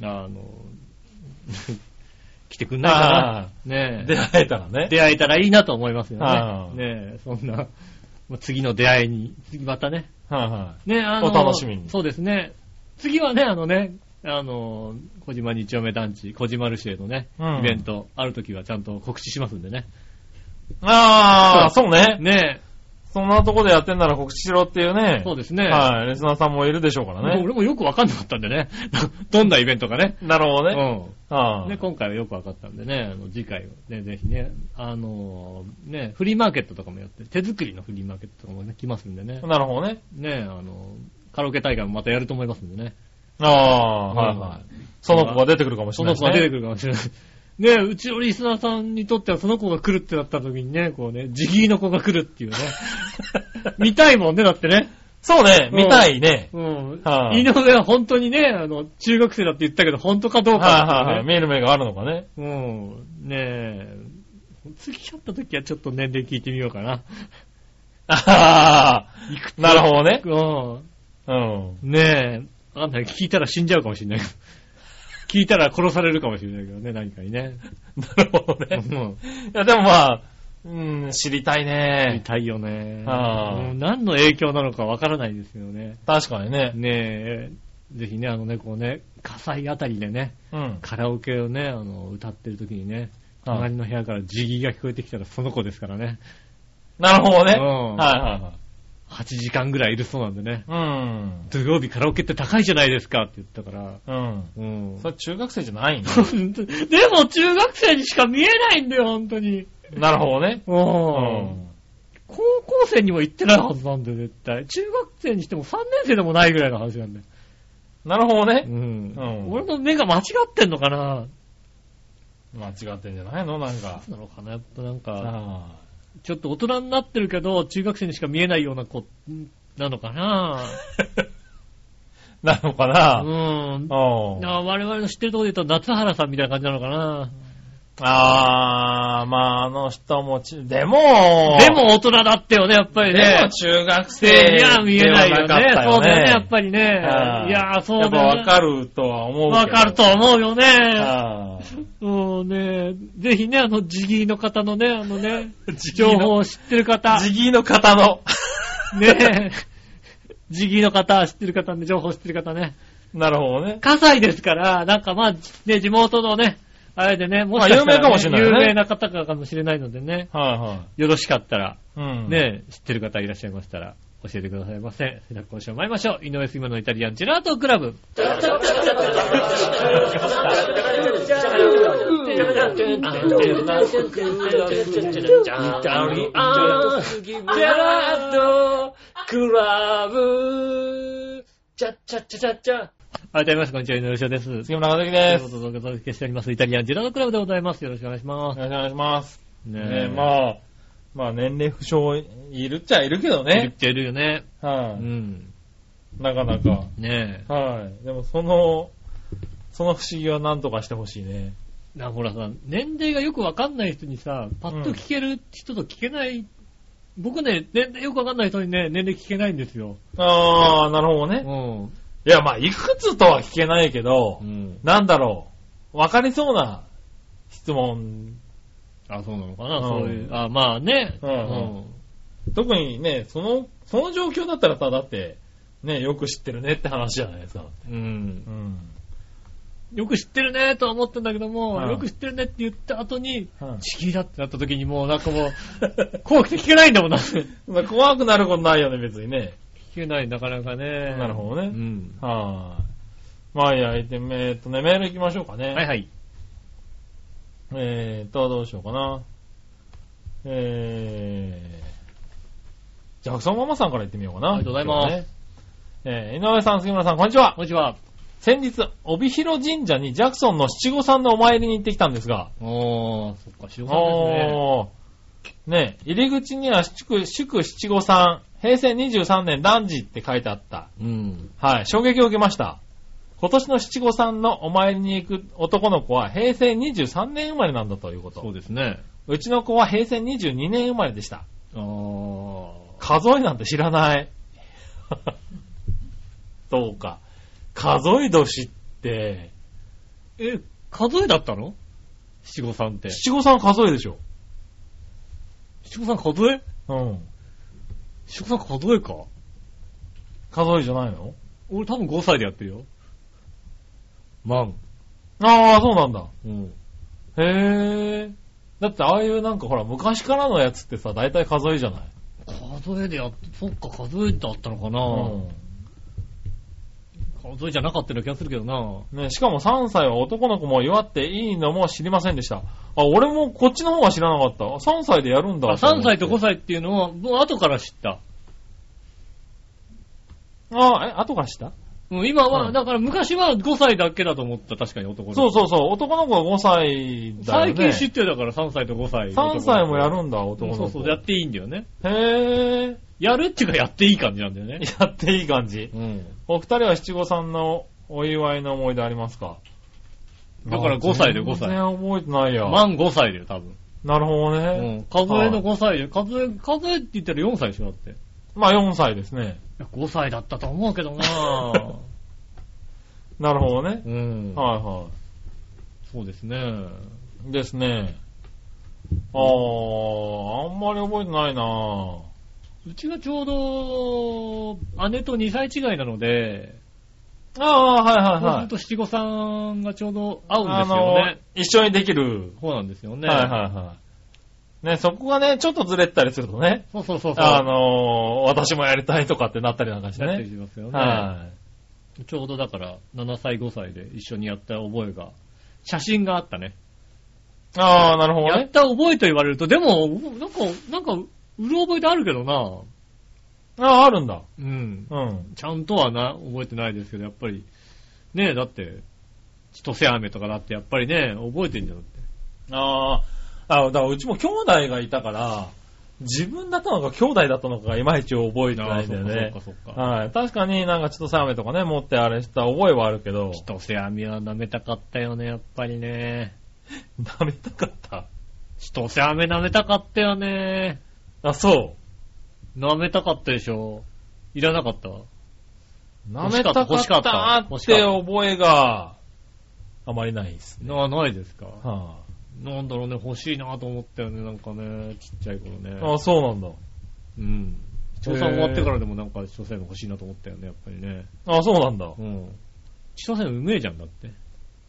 来てくんないかな。ね出会えたらね。 出会えたらいいなと思いますよね。ねそんな、次の出会いに、次またね。ね、 お楽しみに。 そうですね。次はね、小島2丁目団地、小島ルシェのね、イベント、あるときはちゃんと告知しますんでね。 そうね。 ねそんなとこでやってんなら告知しろっていうね。 そうですね。 はい。リスナーさんもいるでしょうからね。 俺もよくわかんなかったんでね。どんなイベントかね。 なるほどね。 で、今回はよくわかったんでね、次回はね、ぜひね、ね、フリーマーケットとかもやって、手作りのフリーマーケットとかもね、来ますんでね。 なるほどね。 ね、カラオケ大会もまたやると思いますんでね。 はいはい。その子が出てくるかもしれないですね。 その子が出てくるかもしれない。ねうちのリスナーさんにとってはその子が来るってなった時にね、こうね、ジギーの子が来るっていうね。見たいもんね、だってね。 そうね、見たいね。 井上は本当にね、中学生だって言ったけど、本当かどうか、 見る目があるのかね。 ね次会った時はちょっと年齢聞いてみようかな。 なるほどね。 ねわかんない。聞いたら死んじゃうかもしれない。聞いたら殺されるかもしれないけどね、何かにね。 なるほどね。いや、でもまあ、知りたいね。 知りたいよね。何の影響なのかわからないですよね。 確かにね。 ねぜひね、こうね、火災あたりでね、カラオケをね、歌ってる時にね、隣の部屋からジギーが聞こえてきたらその子ですからね。 なるほどね。 8時間ぐらいいるそうなんでね。土曜日カラオケって高いじゃないですかって言ったから。 それ中学生じゃないんだ。 でも中学生にしか見えないんだよ、本当に。 なるほどね。 高校生にも行ってないはずなんだよ、絶対。中学生にしても3年生でもないぐらいの話なんだよ。 なるほどね。 俺の目が間違ってんのかな。 間違ってんじゃないのなんか。 そうなのかな、やっぱなんか。ちょっと大人になってるけど、中学生にしか見えないような子なのかななのかな我々の知ってるところで言うと夏原さんみたいな感じなのかなまああの人もでも大人だったよね、やっぱりね。 でも中学生には見えないよね。そうだよね、やっぱりね。いやそうだね。 やっぱわかるとは思うけど。 わかると思うよね。もうね、ぜひね、ジギーの方のね、情報を知ってる方。 ジギーの方の。 ねジギーの方、知ってる方ね、情報知ってる方ね。 なるほどね。 葛西ですから、なんかまあ、ね、地元のね、 あれでね、もしかしたら、ね、 有名かもしれないね。 有名な方かもしれないのでね。 はいはい。 よろしかったら、 うん、 ね、知ってる方いらっしゃいましたら、教えてくださいませ。それでは今週も参りましょう。井上杉村のイタリアンジェラートクラブ。改めまして、こんにちは、井上翔です。 杉村和樹です。 お届けしております。イタリアンジェラートクラブでございます。よろしくお願いします。 よろしくお願いします。 ねえ、まあ年齢不詳いるっちゃいるけどね。 いるっちゃいるよね。 はい、 うん。 なかなか。 ねえ。はい。でもその不思議は何とかしてほしいね。 ほらさ、年齢がよくわかんない人にさ、パッと聞ける人と聞けない、僕ね、年齢よくわかんない人にね、年齢聞けないんですよ。 あー、なるほどね。 うん。 いや、まあ、いくつとは聞けないけど、なんだろう。わかりそうな質問。 あ、そうなのかな、そういう。あ、まあね。 特にね、その状況だったらさ、だって、ね、よく知ってるねって話じゃないですか。 よく知ってるねとは思ってんだけども、よく知ってるねって言った後に、チキだってなった時にもうなんかもう、怖くて聞けないんだもんな。 怖くなることないよね、別にね。 聞けない、なかなかね。 なるほどね。はい。まあいや、メール行きましょうかね。 はいはい。 どうしようかな。ジャクソンママさんから行ってみようかな。 ありがとうございます。 井上さん、杉村さん、こんにちは。 こんにちは。 先日、帯広神社にジャクソンの七五三のお参りに行ってきたんですが。 そっか、七五三ですね。 ね、入り口には祝七五三、平成23年男児って書いてあった。はい、衝撃を受けました。今年の七五三のお参りに行く男の子は平成23年生まれなんだということ。 そうですね。 うちの子は平成22年生まれでした。数えなんて知らない。そうか。数え年って。 数えだったの？七五三って。 七五三数えでしょ。 七五三数え？七五三数えか。 数えじゃないの？ 俺多分5歳でやってるよ。万。 ああ、そうなんだ。へえ。だってああいうなんかほら昔からのやつってさ、大体数えじゃない？ 数えでやって、そっか、数えだったのかな。数えじゃなかったような気がするけどな。 ね、しかも3歳は男の子も祝っていいのも知りませんでした。あ、俺もこっちの方は知らなかった。3歳でやるんだ。 3歳と5歳っていうのは、もう後から知った。 後から知った？ 今は、だから昔は5歳だけだと思った、確かに男の子。 そう。男の子は5歳だよね。 最近知ってるだから3歳と5歳。 3歳もやるんだ、男の子。 そう、やっていいんだよね。 へぇー。 やるっていうかやっていい感じなんだよね。 やっていい感じ。お二人は七五三のお祝いの思い出ありますか？ だから5歳で5歳。 全然覚えてないや。 満5歳でよ、多分。 なるほどね。 数えの5歳で、数えって言ったら4歳でしょ、だって。 まあ4歳ですね。 5歳だったと思うけどなぁ。 なるほどね。 はい。そうですね。 ですね。あんまり覚えてないなぁ。 うちがちょうど姉と2歳違いなので、 はい。 そうすると七五三がちょうど合うんですよね。 一緒にできる。 そうなんですよね。 はい。ね、そこがね、ちょっとずれたりするとね。 そう。 私もやりたいとかってなったりなんかしてね。 なったりしますよね。はい。ちょうどだから7歳5歳で一緒にやった覚えが、写真があったね。 なるほどね。 やった覚えと言われると、でも、なんか、うる覚えであるけどな。 あるんだ。 ちゃんとは覚えてないですけど、やっぱり、ねえ、だって、千歳飴とかだってやっぱりね、覚えてんじゃんって。 だからうちも兄弟がいたから、自分だったのか兄弟だったのかがいまいち覚えてないんだよね。 そっか。 はい。確かになんか千歳飴とかね、持ってあれした覚えはあるけど。 千歳飴は舐めたかったよね、やっぱりね。 舐めたかった？ 千歳飴舐めたかったよね。 そう舐めたかったでしょ。いらなかった？ 舐めたかったって覚えがあまりないですね。 ないですか。なんだろうね、欲しいなと思ったよね、なんかね、ちっちゃい頃ね。 そうなんだ。 調査終わってからでもなんか千歳飴欲しいなと思ったよね、やっぱりね。 そうなんだ。 千歳飴うめえじゃんだって。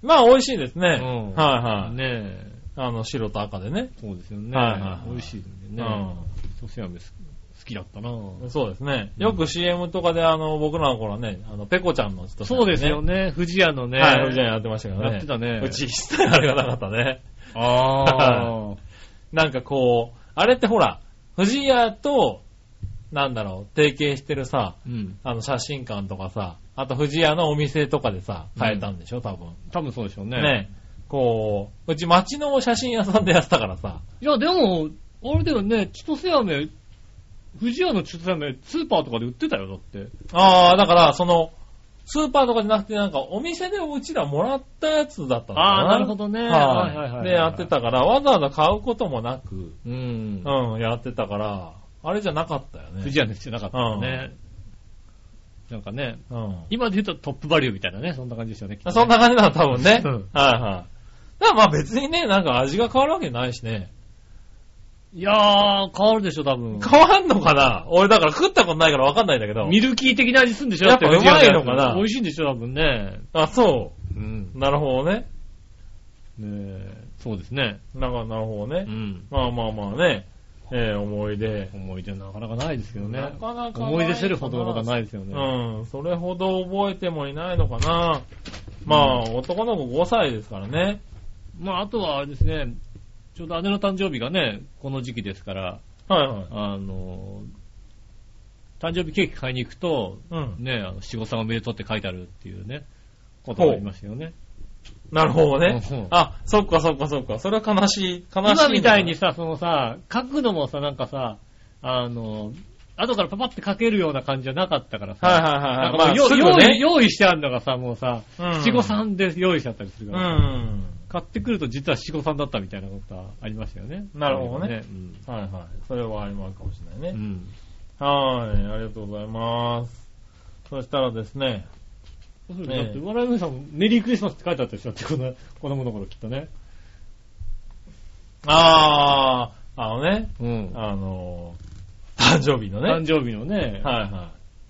まあ美味しいですね。 うん。 はいはい。 ねえ。 白と赤でね。 そうですよね。 はいはい。 美味しいんでね。ソセアメ好きだったな。 そうですね。よく CM とかで僕らの頃はね、ペコちゃんの人、ね、 そうですよね。富士屋のね。 はい、富士屋やってましたけどね。 やってたね。 うち一切あれがなかったね。 ああ。 なんかこう、あれってほら、富士屋と、なんだろう、提携してるさ、うん、写真館とかさ、あと富士屋のお店とかでさ、買えたんでしょ、多分。 多分そうでしょうね。 ね。こう、うち街の写真屋さんでやってたからさ。 いや、でも、あれだよね、千歳飴、富士屋の千歳飴、スーパーとかで売ってたよ、だって。 ああ、だから、スーパーとかじゃなくて、なんか、お店でうちらもらったやつだったのかな。 ああ、なるほどね。はいはいはい。 で、やってたから、わざわざ買うこともなく、 うん。 やってたから、あれじゃなかったよね。 富士屋でじゃなかったよね。なんかね、今で言うとトップバリューみたいなね、そんな感じですよね。 そんな感じなの、多分ね。はいはい。だからまあ別にね、なんか味が変わるわけないしね。 いやー、変わるでしょ、多分。 変わんのかな？俺だから食ったことないからわかんないんだけど。 ミルキー的な味するんでしょ？ やっぱうまいのかな？ 美味しいんでしょ、多分ね。 あ、そう。うん。なるほどね。 そうですね。 なるほどね。うん。まあまあまあね。思い出なかなかないですけどね。 なかなか思い出せるほどのことはないですよね。 うん。それほど覚えてもいないのかな。まあ、男の子5歳ですからね。 まあ、あとはあれですね、ちょうど姉の誕生日がね、この時期ですから、 はいはい。 誕生日ケーキ買いに行くと、ね、七五三おめでとうって書いてあるっていうね、ことがありましたよね。 なるほどね。あ、そっか。それは悲しい。 今みたいにさ、書くのもさ、なんかさ、後からパパって書けるような感じじゃなかったからさ。 はい。 なんか用意してあるのがさ、もうさ、七五三で用意しちゃったりするからさ。買ってくると実は七五三だったみたいなことはありましたよね。 なるほどね。はいはい。それはありますかもしれないね。はい。ありがとうございます。そしたらですね。 だって、笑いのさん、メリークリスマスって書いてあったでしょって、子供の頃きっとね。 誕生日のね。 誕生日のね。 はいはい。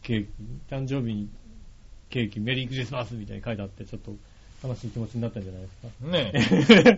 誕生日にケーキ、メリークリスマスみたいに書いてあって、ちょっと悲しい気持ちになったんじゃないですか。ね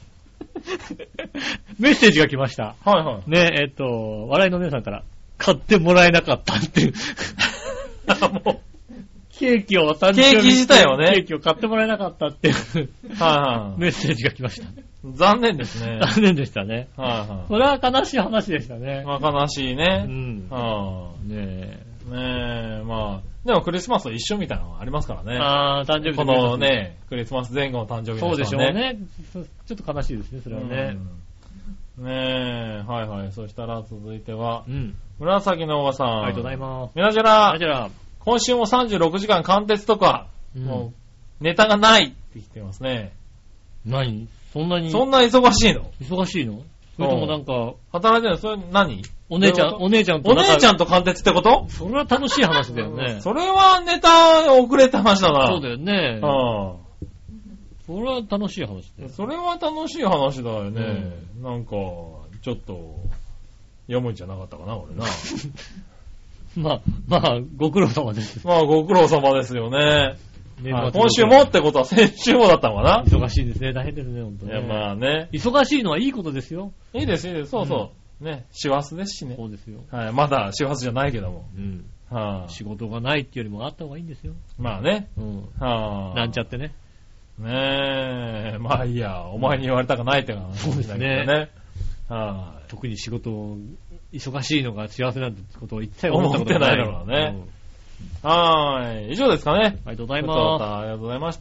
メッセージが来ました。 はいはい。 ね笑いの姉さんから、買ってもらえなかったっていう。もうケーキ自体をね。ケーキを買ってもらえなかったっていうメッセージが来ました。 残念ですね。 残念でしたね。それは悲しい話でしたね。 まあ悲しいね。 ねえ、まあ、でもクリスマスと一緒みたいなのがありますからね。 誕生日このね、クリスマス前後の誕生日の人はね。 そうでしょうね。ちょっと悲しいですね、それはね。 ねえ、はいはい。そしたら続いては、紫のおばさん。 ありがとうございます。 みなじゃら。今週も36時間貫徹とか、もう、ネタがないって言ってますね。 何？そんな忙しいの？ 忙しいの？それともなんか、 働いてるの？それ何？ お姉ちゃんと貫徹ってこと？ それは楽しい話だよね。 それはネタ遅れた話だな。 そうだよね。それは楽しい話だよ。 それは楽しい話だよね。なんか、ちょっと、読むんじゃなかったかな、俺な。 まあ、ご苦労様です。 まあ、ご苦労様ですよね。今週もってことは先週もだったのかな？ 忙しいですね。大変ですね、本当に。 いや、まあね。 忙しいのはいいことですよ。 いいです。そうそう。ね、師走ですしね。 そうですよ。 はい、まだ師走じゃないけども。 仕事がないっていうよりもあった方がいいんですよ。 まあね。 なんちゃってね。 ねえ、まあいいや、お前に言われたくないって話そうですね。 はい。 特に仕事、忙しいのが幸せなんてことを一切思ってないだろうね。はい。以上ですかね。 ありがとうございます。 ありがとうございました。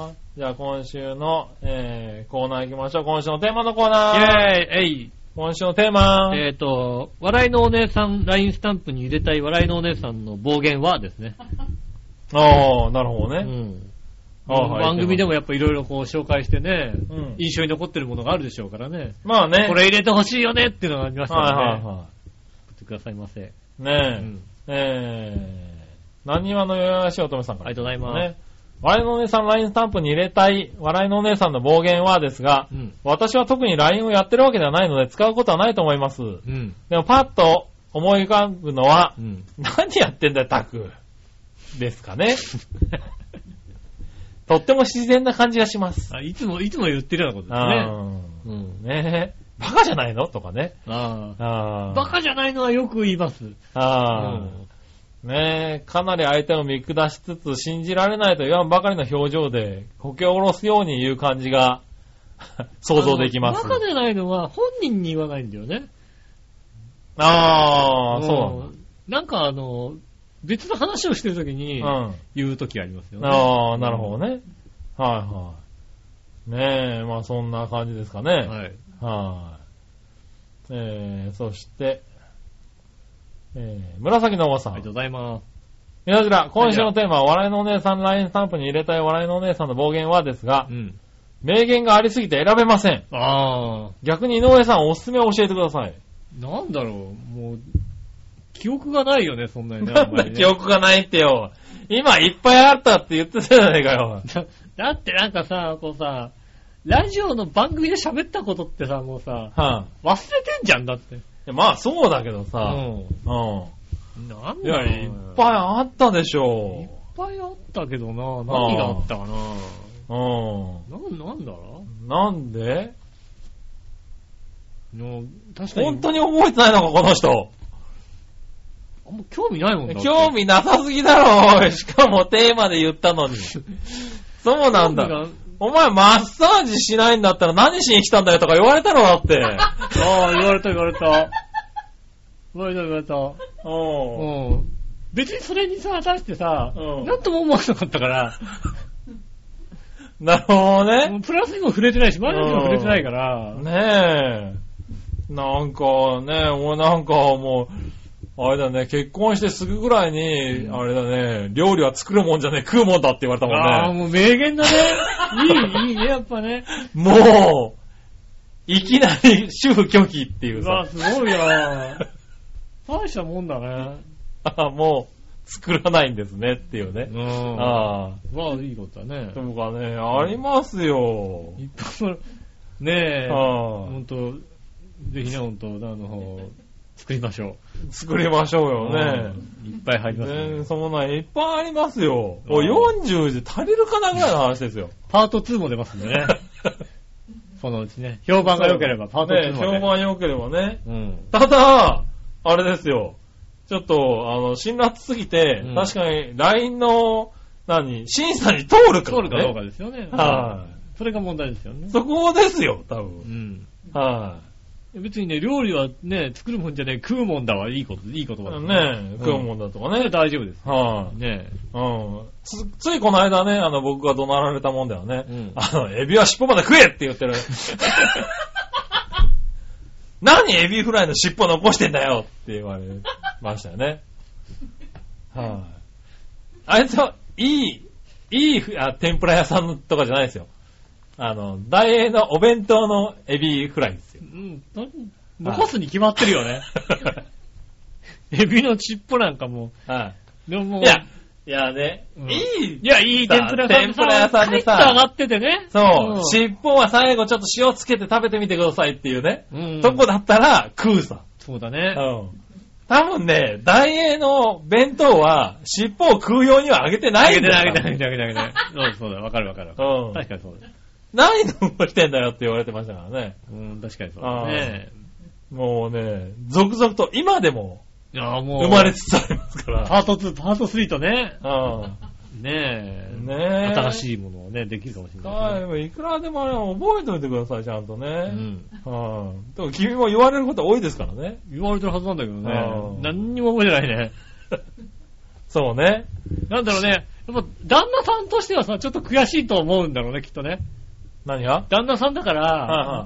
じゃあ今週の、コーナー行きましょう。今週のテーマのコーナー。 イェーイ今週のテーマ。 笑いのお姉さん LINE スタンプに入れたい笑いのお姉さんの暴言はですね。 ああ、なるほどね。 番組でもやっぱいろいろこう紹介してね、印象に残ってるものがあるでしょうからね。 まあね。 これ入れてほしいよねっていうのがありましたので、送ってくださいませ。 ねえ。何話のよやしおとめさんから。 ありがとうございます。 笑いのお姉さん LINE スタンプに入れたい笑いのお姉さんの暴言はですが、私は特に LINE をやってるわけではないので使うことはないと思います。でもパッと思い浮かぶのは、何やってんだよタクですかね。 とっても自然な感じがします。 いつも言ってるようなことですね。 うん。ねえ。バカじゃないのとかね。 バカじゃないのはよく言います。 ねえ、かなり相手を見下しつつ信じられないと言わんばかりの表情で、こけ下ろすように言う感じが想像できます。 バカじゃないのは本人に言わないんだよね。 そうなんだ。 なんか別の話をしてるときに言うときありますよね。 なるほどね。はいはい。ねえ、まあそんな感じですかね。はい。そして、紫のおばさん。 ありがとうございます。 みなじら、今週のテーマは、笑いのお姉さん LINE スタンプに入れたい笑いのお姉さんの暴言はですが、名言がありすぎて選べません。逆に井上さんおすすめを教えてください。 なんだろう、もう、記憶がないよね、そんなにね。 なんだ記憶がないってよ。今いっぱいあったって言ってたじゃないかよ。 だってなんかさ、こうさ、ラジオの番組で喋ったことってさ、もうさ、忘れてんじゃんだって。 まあそうだけどさ、 なんだろう、 いっぱいあったでしょ。 いっぱいあったけどな、何があったかな。なんだろう。 なんで？ 確かに。 本当に覚えてないのか、この人。 あんま興味ないもんだ。 興味なさすぎだろ。しかもテーマで言ったのに。そうなんだ。お前マッサージしないんだったら何しに来たんだよとか言われたろだって。 言われた。別にそれにさ、出してさ、なんとも思わなかったから。 なるほどね。 プラスにも触れてないし、マイナスにも触れてないから。 ねえ。なんかね、俺なんかもう、あれだね、結婚してすぐぐらいに、あれだね、料理は作るもんじゃねえ、食うもんだって言われたもんね。 もう名言だね。いいね、やっぱね。 もう、いきなり主婦拒否っていうさ。 すごいな大したもんだね。 もう、作らないんですねっていうね。 いいことだね。 とかね、ありますよ。 いっぱい、ねえ、ほんと、ぜひね、ほんと、作りましょう。作りましょうよね。 いっぱい入りますね。 そんないっぱいありますよ。40で足りるかなぐらいの話ですよ。 パート2も出ますんでね。そのうちね。評判が良ければパート2もね。評判良ければね。ただ、あれですよ。ちょっと、辛辣すぎて、確かに LINE の、審査に通るかどうかですよね。それが問題ですよね。 そこですよ、多分。 別にね、料理はね、作るもんじゃねえ、食うもんだわ、いい言葉だね。食うもんだとかね。 大丈夫です。 ねついこの間ね、僕が怒鳴られたもんだよね。エビは尻尾まで食えって言ってる。何エビフライの尻尾残してんだよって言われましたよね。あいつは、いい天ぷら屋さんとかじゃないですよ。大英のお弁当のエビフライですよ。 残すに決まってるよね。エビの尻尾なんかも。でももう。 いやね、いい天ぷら屋さんでさ、上がっててね。 そう、尻尾は最後ちょっと塩つけて食べてみてくださいっていうね。とこだったら食うさ。 そうだね。 多分ね、大英の弁当は尻尾を食うようにはあげてないんだよ。 あげてない。そうだ、わかる。確かにそうだ。 何残してんだよって言われてましたからね。 確かにそうだね。 もうね、続々と今でも、 もう生まれつつありますから。 パート2、パート3とね。ねえ。新しいものをね、できるかもしれない。 いくらでも覚えておいてください、ちゃんとね。でも君も言われること多いですからね。 言われてるはずなんだけどね。何にも覚えてないね。 そうね。 なんだろうね。やっぱ旦那さんとしてはさ、ちょっと悔しいと思うんだろうね、きっとね。 何が？ 旦那さんだから、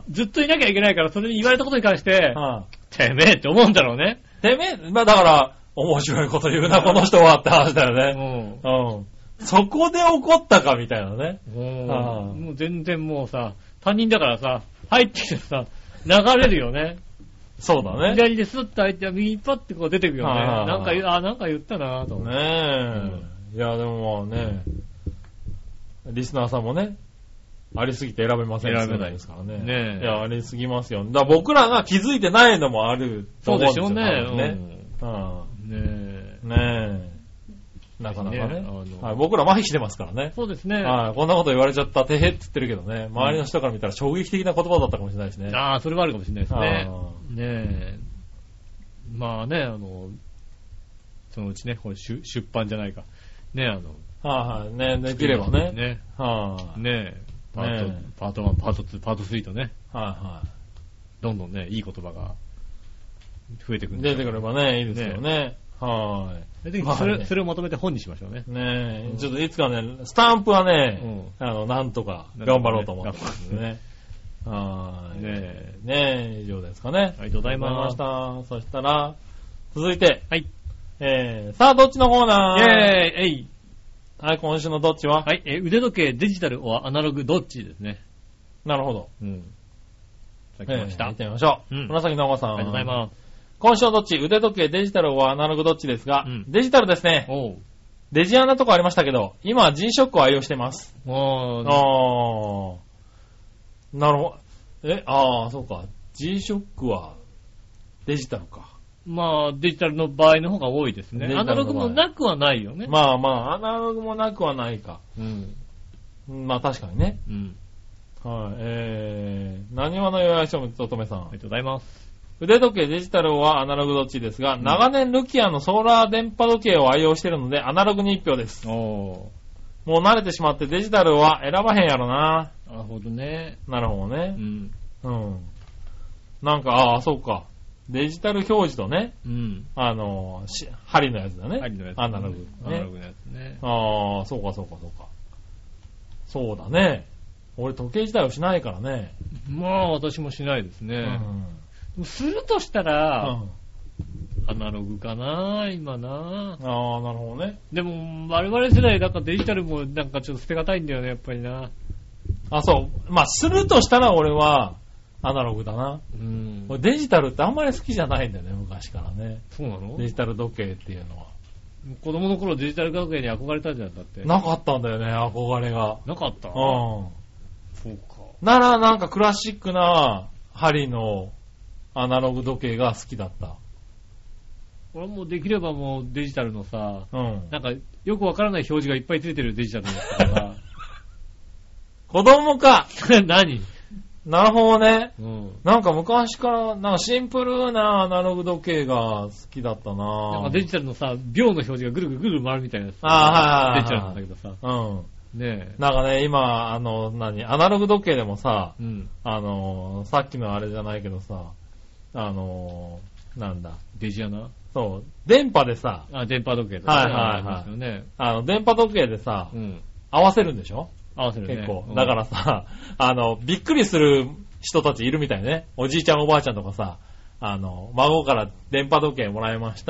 ずっといなきゃいけないから、それに言われたことに関して、てめえって思うんだろうね。 てめえ、だから、面白いこと言うな、この人はって話だよね。そこで怒ったかみたいなね。 もう全然もうさ、他人だからさ、入ってきてさ、流れるよね。 そうだね。 左でスッと入って、右パッてこう出てくよね。なんか言ったなぁと思って。 ねえ。いや、でもまあね、リスナーさんもね、ありすぎて選べません。 選べないですからね。 ねえ。いや、ありすぎますよ。だから僕らが気づいてないのもあると思うんですよ。 そうでしょうね。 ねえ。 なかなかね。はい、僕ら麻痺してますからね。 そうですね。 はい、こんなこと言われちゃったてへって言ってるけどね、周りの人から見たら衝撃的な言葉だったかもしれないですね。 ああ、それはあるかもしれないですね。ねえ。まあね、そのうちね、これ出版じゃないか。ね、 はい、ね、できればね。 ね。はい、ねえ。パート1、パート2、パート3とね。 はい。 どんどんね、いい言葉が増えてくる。 出てくればね、いいですよね。はい。 それをまとめて本にしましょうね。 ねえ、ちょっといつかね、スタンプはね、なんとか頑張ろうと思ってますね。はい。ねえ、以上ですかね。 ありがとうございました。 そしたら、続いて。 はい。 さあ、どっちのコーナー？ イェーイ！えい！ はい、今週のどっちは？ はい、腕時計デジタルはアナログどっちですね。 なるほど。 うん。さっきました。 見てみましょう。紫のおばさん。 ありがとうございます。 今週のどっち？腕時計デジタルはアナログどっちですが、デジタルですね。デジアナとかありましたけど、今は G-SHOCK を愛用してます。なるほど。そうか。G-SHOCK はデジタルか。 まあ、デジタルの場合の方が多いですね。アナログもなくはないよね。 まあ、アナログもなくはないか。まあ、確かにね。はい。何話の弱いしととめさん。ありがとうございます。 腕時計デジタルはアナログどっちですが、長年ルキアのソーラー電波時計を愛用しているので、アナログに1票です。もう慣れてしまってデジタルは選ばへんやろな。 なるほどね。 なるほどね。なんか、そうか。デジタル表示とね、針のやつだね。針のやつ、アナログ、ね。 アナログのやつね。 そうか。そうだね。俺時計自体をしないからね。 まあ、私もしないですね。するとしたら、アナログかな、今な。 なるほどね。 でも、我々世代だからデジタルもなんかちょっと捨てがたいんだよね、やっぱりな。 そう。まあ、するとしたら俺は、アナログだな。デジタルってあんまり好きじゃないんだよね、昔からね。 そうなの？ デジタル時計っていうのは。 子供の頃デジタル時計に憧れたじゃん、だって。 なかったんだよね、憧れが。 なかった？ そうか。なんかクラシックな針のアナログ時計が好きだった。 俺もできればもうデジタルのさ、なんかよくわからない表示がいっぱいついてるデジタルのやつだから。 子供か何？ なるほどね。なんか昔からなんかシンプルなアナログ時計が好きだったな。 なんかデジタルのさ、秒の表示がぐるぐる回るみたいなやつ。デジタルなんだけどさ。ねえ。なんかね、今、アナログ時計でもさ、さっきのあれじゃないけどさ、なんだ。 デジアナ？ そう。電波でさ。 電波時計とかね。はい。電波時計でさ、合わせるんでしょ？ 合わせるね。 結構。だからさ、びっくりする人たちいるみたいね。おじいちゃんおばあちゃんとかさ、孫から電波時計もらいました。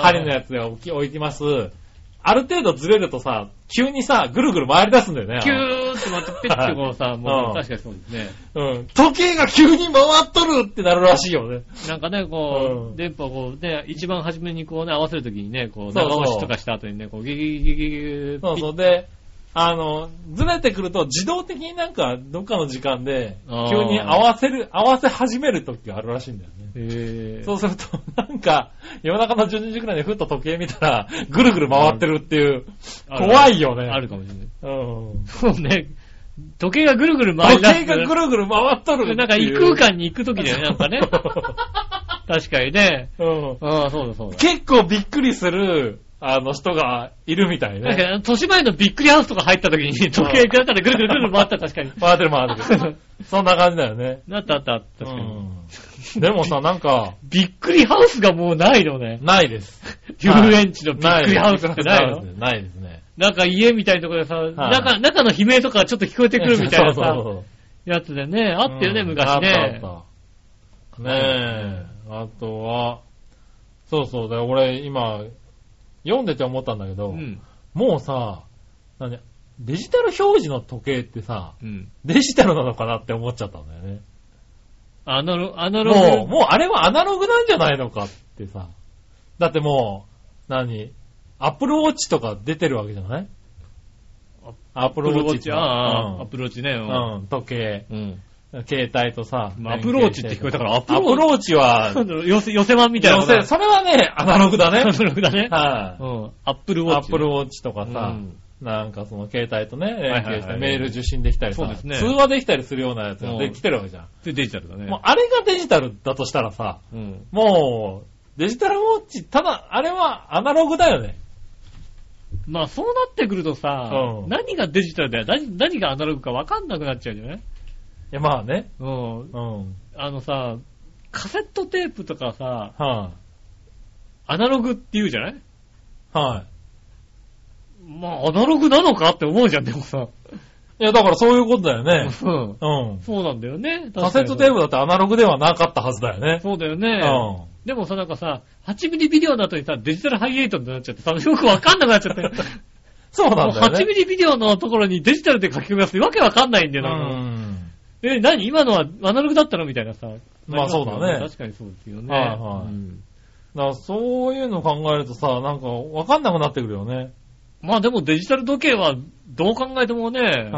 針のやつで置いてます。ある程度ずれるとさ、急にさ、ぐるぐる回り出すんだよね。 キューって回ってペッてこうさ、もう確かにそうですね。 時計が急に回っとるってなるらしいよね。 なんかね、こう、電波をこうね、一番初めにこうね、合わせるときにね、こう、長押しとかした後にね、こう、ギギギギギそう。で、ずれてくると自動的になんかどっかの時間で急に合わせ始める時があるらしいんだよね。そうするとなんか夜中の12時くらいにふっと時計見たらぐるぐる回ってるっていう怖いよね。 あるかもしれない。そうね。時計がぐるぐる回り出す。 時計がぐるぐる回っとる。 なんか異空間に行く時だよね、なんかね。確かにね。そうだ。 結構びっくりする。人がいるみたいね。 なんか、豊島園のびっくりハウスとか入った時に、時計がったらぐるぐるぐるぐる回ったら確かに。 回ってる。そんな感じだよね。 あった、確かに。 でもさ、なんか、 びっくりハウスがもうないのね。 ないです。 遊園地のびっくりハウスってないの？ ないですね。 なんか家みたいなところでさ、中の悲鳴とかちょっと聞こえてくるみたいなさ、やつでね、あったよね、昔ね。 あった。ねえ。あとは、そうだよ、俺今、読んでて思ったんだけど、もうさ、デジタル表示の時計ってさ、デジタルなのかなって思っちゃったんだよね。 アナログもうあれはアナログなんじゃないのかってさ。だってもう、アップルウォッチとか出てるわけじゃない？アップルウォッチ。 アップルウォッチね。 時計。 携帯とさ。 アプローチって聞こえたから、 アプローチは、 寄せマンみたいな。 それはね、アナログだね。 アナログだね。 はい。 アップルウォッチ。 アップルウォッチとかさ、なんかその携帯とね、連携してメール受信できたりさ、通話できたりするようなやつができてるわけじゃん。 で、デジタルだね。 もうあれがデジタルだとしたらさ、もう、デジタルウォッチ、ただ、あれはアナログだよね。 まあそうなってくるとさ、何がデジタルだよ、何がアナログか分かんなくなっちゃうじゃない？いや、まあね。 さ、カセットテープとかさ、アナログって言うじゃない？ はい。 まあ、アナログなのかって思うじゃん、でもさ。 いや、だからそういうことだよね。 そうなんだよね。 カセットテープだってアナログではなかったはずだよね。 そうだよね。でもさ、なんかさ、8ミリビデオの後にさ、デジタルハイエイトになっちゃってさ、よくわかんなくなっちゃって。 そうなんだよね。 8ミリビデオのところにデジタルで書き込みますってわけわかんないんだよな。何今のはアナログだったのみたいなさ。 まあそうだね。 確かにそうですよね。 だからそういうのを考えるとさ、なんかわかんなくなってくるよね。 まあでもデジタル時計はどう考えてもね、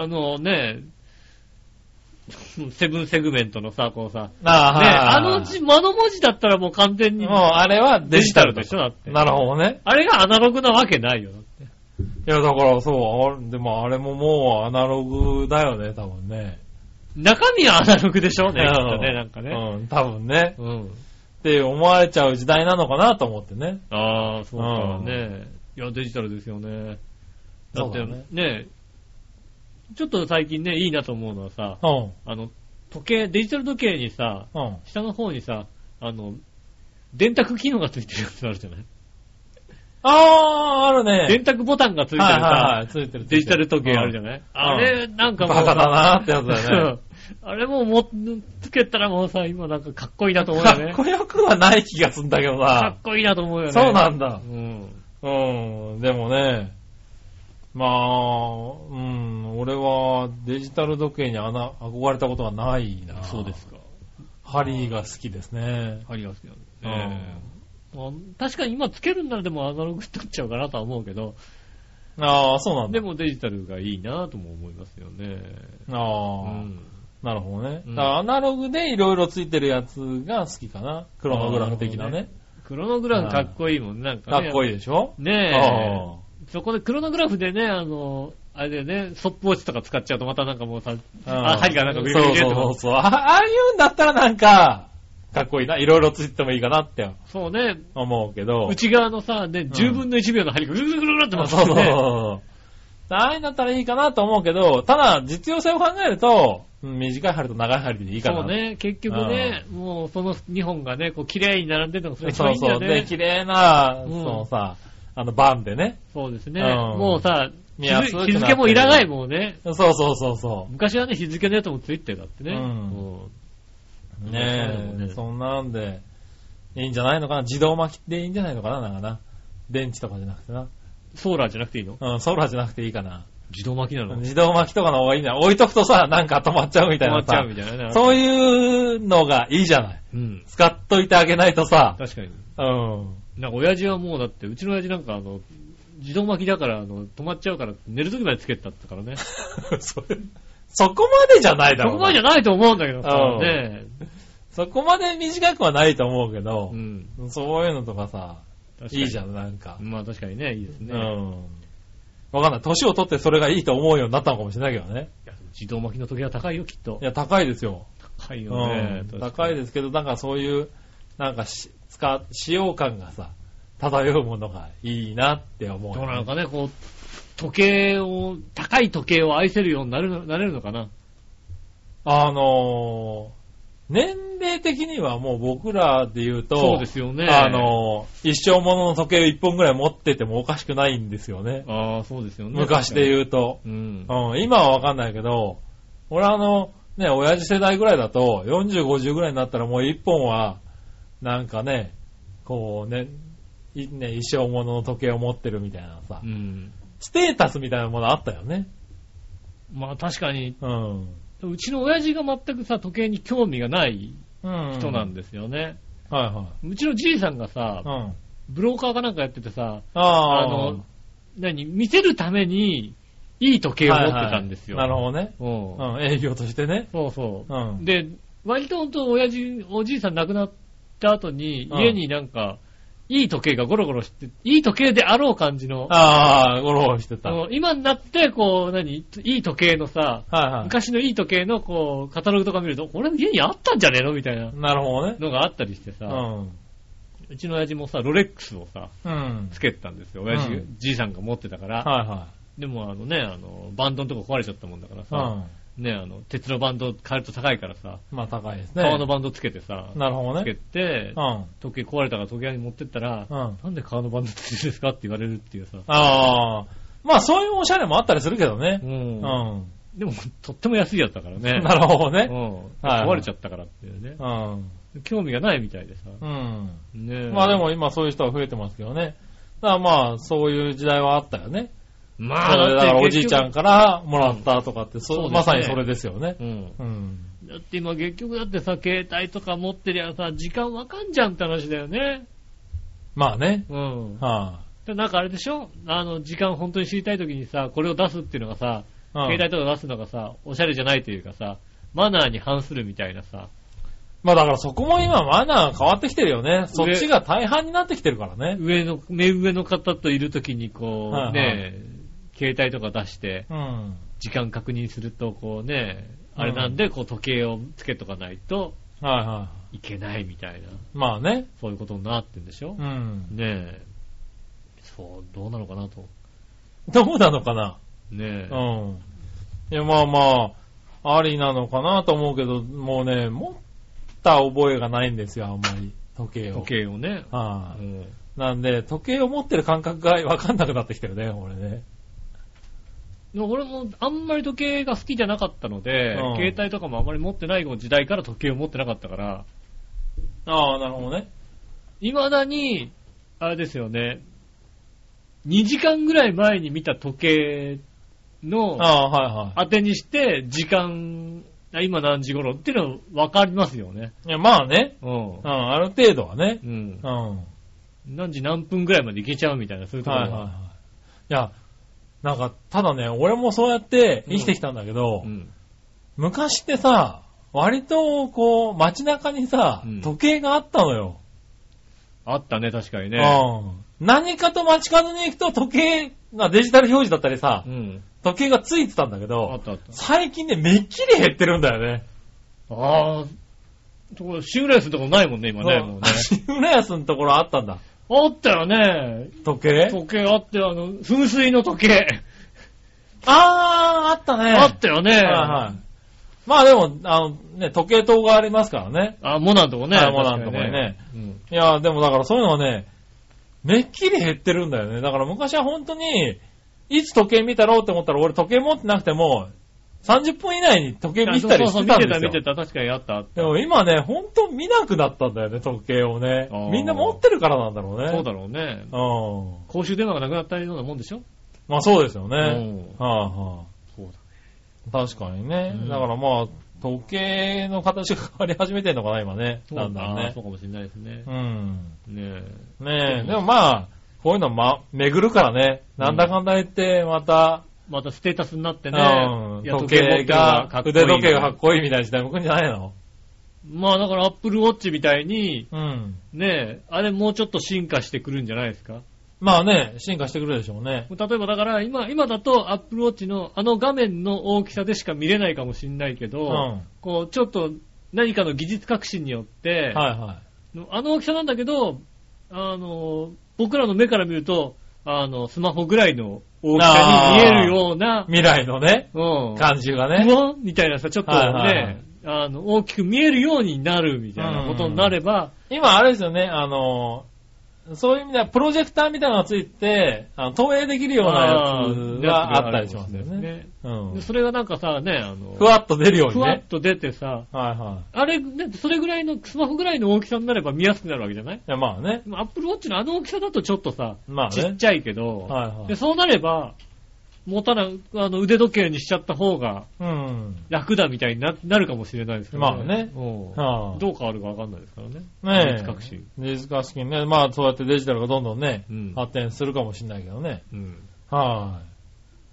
セブンセグメントのさ、こうさ、あの文字だったらもう完全に。 もうあれはデジタルでしょ、 だって。 なるほどね。 あれがアナログなわけないよ、だって。 いや、だからそう、でもあれももうアナログだよね、多分ね。 中身はアナログでしょね、きっとね、なんかね。 多分ね。って思われちゃう時代なのかなと思ってね。 ああ、そうかね。いや、デジタルですよね。だってね、ちょっと最近ね、いいなと思うのはさ、時計、デジタル時計にさ、下の方にさ、電卓機能がついてるやつあるじゃない？ あるね。 電卓ボタンがついてるさ、デジタル時計あるじゃない？あれ、なんかもう。 バカだなーってやつだよね。 あれもつけたらもうさ、今なんかかっこいいなと思うよね。 かっこよくはない気がするんだけどな。 かっこいいなと思うよね。 そうなんだ。でもね、まあ、俺はデジタル時計に憧れたことはないな。 そうですか。 針が好きですね。 針が好きなんですね。確かに今つけるんならでもアナログになっちゃうかなとは思うけど。 ああ、そうなんだ。 でもデジタルがいいなとも思いますよね。 なるほどね。だからアナログでいろいろついてるやつが好きかな。クロノグラフ的なね。 クロノグラフかっこいいもんね。なんかね。 かっこいいでしょ？ ねえ。そこでクロノグラフでね、あれでね、ストップウォッチとか使っちゃうとまたなんかもうさ、針がなんかグリグリグリって。 そう。ああいうんだったらなんか、かっこいいな。いろいろついてもいいかなって。 そうね。 思うけど。 内側のさ、ね、10分の1秒の針がグルグルグルグルってますね。 そう。ああいうんだったらいいかなと思うけど、ただ実用性を考えると、短い針と長い針でいいかな。 そうね。結局ね、もうその2本がね、こう綺麗に並んでるのがそれ一番いいんだよね。 で、綺麗な、そのさ、バンでね。 そうですね。もうさ、日付もいらないもんね。 そう。 昔はね、日付のやつもついてたってね。 ねえ、そんなんで、いいんじゃないのかな。自動巻きでいいんじゃないのかな、なんかな。電池とかじゃなくてな。 ソーラーじゃなくていいの？ ソーラーじゃなくていいかな。 自動巻きなの？ 自動巻きとかの方がいいんじゃない？置いとくとさ、なんか止まっちゃうみたいなさ。 止まっちゃうみたいなね。 そういうのがいいじゃない。使っといてあげないとさ。 確かに。なんか親父はもうだって、うちの親父なんか自動巻きだから止まっちゃうから寝るときまでつけてたからね。 そこまでじゃないだろう。 そこまでじゃないと思うんだけどさ、ね。 そこまで短くはないと思うけど、そういうのとかさ、いいじゃん、なんか。 まあ確かにね、いいですね。 わかんない。年を取ってそれがいいと思うようになったのかもしれないけどね。 いや自動巻きの時は高いよ、きっと。 いや、高いですよ。 高いよね。 高いですけど、なんかそういう、なんか使用感がさ、漂うものがいいなって思う、 どうなのかね、こう、高い時計を愛せるようになれるのかな。 年齢的にはもう僕らで言うと、 そうですよね。 一生ものの時計を1本ぐらい持っててもおかしくないんですよね。 ああ、そうですよね。 昔で言うと。今はわかんないけど、俺ね、親父世代ぐらいだと、40、50ぐらいになったらもう1本は、なんかね、こうね、一生ものの時計を持ってるみたいなさ、ステータスみたいなものあったよね。 まあ確かに。うちの親父が全くさ、時計に興味がない人なんですよね。うちのじいさんがさ、ブローカーかなんかやっててさ、見せるためにいい時計を持ってたんですよ。 はいはい、なるほどね。営業としてね。 そうそう。で、割とほんとおじいさん亡くなった後に、家になんか、いい時計がゴロゴロして、いい時計であろう感じの。 ゴロゴロしてた。 今になって、いい時計のさ、昔のいい時計のカタログとか見ると、これ家にあったんじゃねえのみたいな。 なるほどね。 のがあったりしてさ、うちの親父もさ、ロレックスをさ、つけてたんですよ。親父、じいさんが持ってたから。でもバンドのとこ壊れちゃったもんだからさ、鉄のバンド買えると高いからさ、 まあ高いですね。 革のバンドつけてさ、 なるほどね。 つけて、時計壊れたから時計屋に持ってったら、なんで革のバンドつけてるんですかって言われるっていうさ。 まあそういうおしゃれもあったりするけどね。 でも、とっても安いやつだからね。 なるほどね。 壊れちゃったからっていうね。興味がないみたいでさ。 まあでも今そういう人は増えてますけどね。だからまあそういう時代はあったよね。 まあ、 だからおじいちゃんからもらったとかって、まさにそれですよね。 だって今結局だってさ、携帯とか持ってりゃさ、時間わかんじゃんって話だよね。 まあね。 なんかあれでしょ？時間本当に知りたい時にさ、これを出すっていうのがさ、携帯とか出すのがさ、おしゃれじゃないというかさ、マナーに反するみたいなさ。 まあだからそこも今マナー変わってきてるよね。そっちが大半になってきてるからね。 目上の方といる時に携帯とか出して、時間確認すると、あれなんで、時計をつけとかないと、いけないみたいな。 まあね。 そういうことになってんでしょ？ねえ。そう、どうなのかなと。 どうなのかな？ ねえ。いや、まあまあ、ありなのかなと思うけど、もうね、持った覚えがないんですよ、あんまり。時計をね。 なんで、時計を持ってる感覚がわかんなくなってきてるね、俺ね。 俺もあんまり時計が好きじゃなかったので、携帯とかもあんまり持ってない時代から時計を持ってなかったから。 なるほどね。 未だに、あれですよね、2時間ぐらい前に見た時計の、当てにして、時間、今何時頃っていうのは分かりますよね。 いや、まあね。ある程度はね。 何時何分ぐらいまで行けちゃうみたいな、そういうところは。 いや、なんか、ただね、俺もそうやって生きてきたんだけど、昔ってさ、割と、街中にさ、時計があったのよ。 あったね、確かにね。 何かと街角に行くと時計がデジタル表示だったりさ、時計がついてたんだけど、最近ね、めっきり減ってるんだよね。 シングライスのところないもんね、今ね。もうねシングライスのところあったんだ。 あったよね。 時計あって、噴水の時計。 あったね。 あったよね。 まあでも、時計塔がありますからね。 モナンとこね。 モナンとこにね。いや、でもだからそういうのはね、めっきり減ってるんだよね。だから昔は本当に、いつ時計見たろうって思ったら、俺時計持ってなくても、30分以内に時計見たりしてたんですよ。 見てた、確かにあった。 でも今ね、ほんと見なくなったんだよね、時計をね。みんな持ってるからなんだろうね。 そうだろうね。公衆電話がなくなったようなもんでしょ？ まあそうですよね。そうだ。確かにね。だからまあ、時計の形が変わり始めてんのかな、今ね。だんだんね。 そうかもしれないですね。 ねえ。でもまあ、こういうの巡るからね。なんだかんだ言って、またステータスになってね。 時計が、腕時計がかっこいいみたいな時代向くんじゃないの？ まあだからアップルウォッチみたいに、ねえ、あれもうちょっと進化してくるんじゃないですか？ まあね、進化してくるでしょうね。 例えばだから今だとアップルウォッチの画面の大きさでしか見れないかもしれないけど、ちょっと何かの技術革新によって、大きさなんだけど、僕らの目から見ると、スマホぐらいの大きさに見えるような。 未来のね、感じがね。 みたいなさ、ちょっとね、大きく見えるようになるみたいなことになれば。 今あれですよね、そういう意味ではプロジェクターみたいなのがついて、投影できるようなやつがあったりしますよね。それがなんかさ、ね、 ふわっと出るようにね。 ふわっと出てさ、あれ、ね、それぐらいの、スマホぐらいの大きさになれば見やすくなるわけじゃない？いや、まあね。 アップルウォッチの大きさだとちょっとさ、ちっちゃいけど、でそうなれば、腕時計にしちゃった方が、楽だみたいになるかもしれないですけどね。 まあね。 どう変わるかわかんないですからね。 技術革新。技術革新ね。まあそうやってデジタルがどんどんね、発展するかもしれないけどね。ま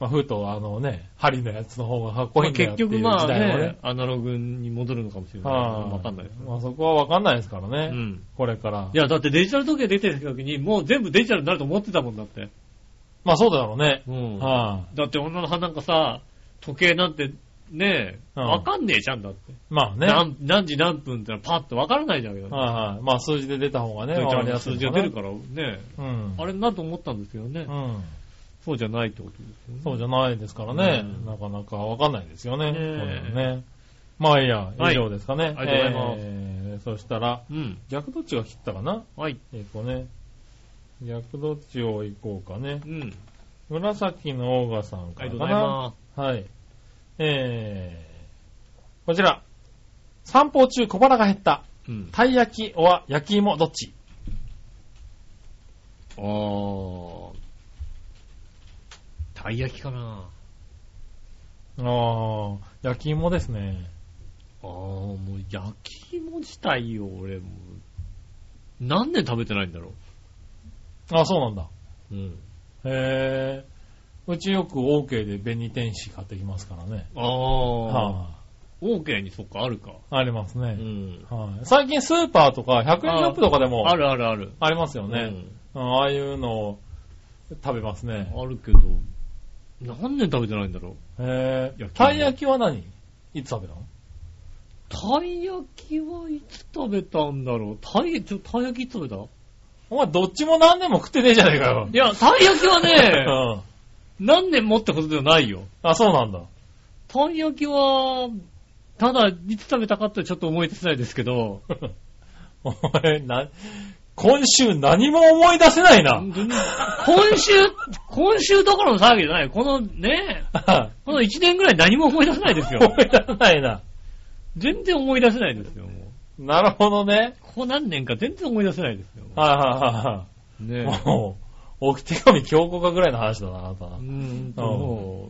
まあ、ふと針のやつの方がかっこいいんだよっていう時代もね。 アナログに戻るのかもしれない。わかんないです。 まあそこはわかんないですからね。これから。 いや、だってデジタル時計出てる時にもう全部デジタルになると思ってたもんだって。 まあそうだろうね。 だって女の歯なんかさ、時計なんてねえ、わかんねえじゃんだって。 まあね。 何時何分ってのはパッとわからないじゃんけど。 まあ数字で出た方がね、わかりやすい。 数字が出るからね。あれなと思ったんですよね。そうじゃないってことですよね。 そうじゃないですからね。なかなかわかんないですよね。ね。まあいいや、以上ですかね。 ありがとうございます。 そしたら、逆どっちが切ったかな？ はい。 逆どっちを行こうかね。紫のオーガさんからかな。 ありがとうございます。 はい。こちら。散歩中小腹が減った。たい焼きは焼き芋どっち？ たい焼きかな。 焼き芋ですね。 もう焼き芋自体よ、俺もう。何年食べてないんだろう。そうなんだ。うちよく OK で紅天使買ってきますからね。 OK にそっかあるか。 ありますね。最近スーパーとか100円ショップとかでもあるあるある。 ありますよね。ああいうのを食べますね。 あるけど、何年食べてないんだろう。たい焼きは何？いつ食べたの？ たい焼きはいつ食べたんだろう。たい焼きいつ食べた？ お前どっちも何年も食ってねえじゃねえかよ。 いや、たい焼きはね、何年もってことではないよ。 そうなんだ。 たい焼きは、ただ、いつ食べたかってちょっと思い出せないですけど。 お前、今週何も思い出せないな。 今週どころの騒ぎじゃない。このね、この1年ぐらい何も思い出せないですよ。 思い出せないな。 全然思い出せないですよ。 なるほどね。 ここ何年か全然思い出せないですよ。 ねえ。もう、置き手紙強行かぐらいの話だな、あなた。も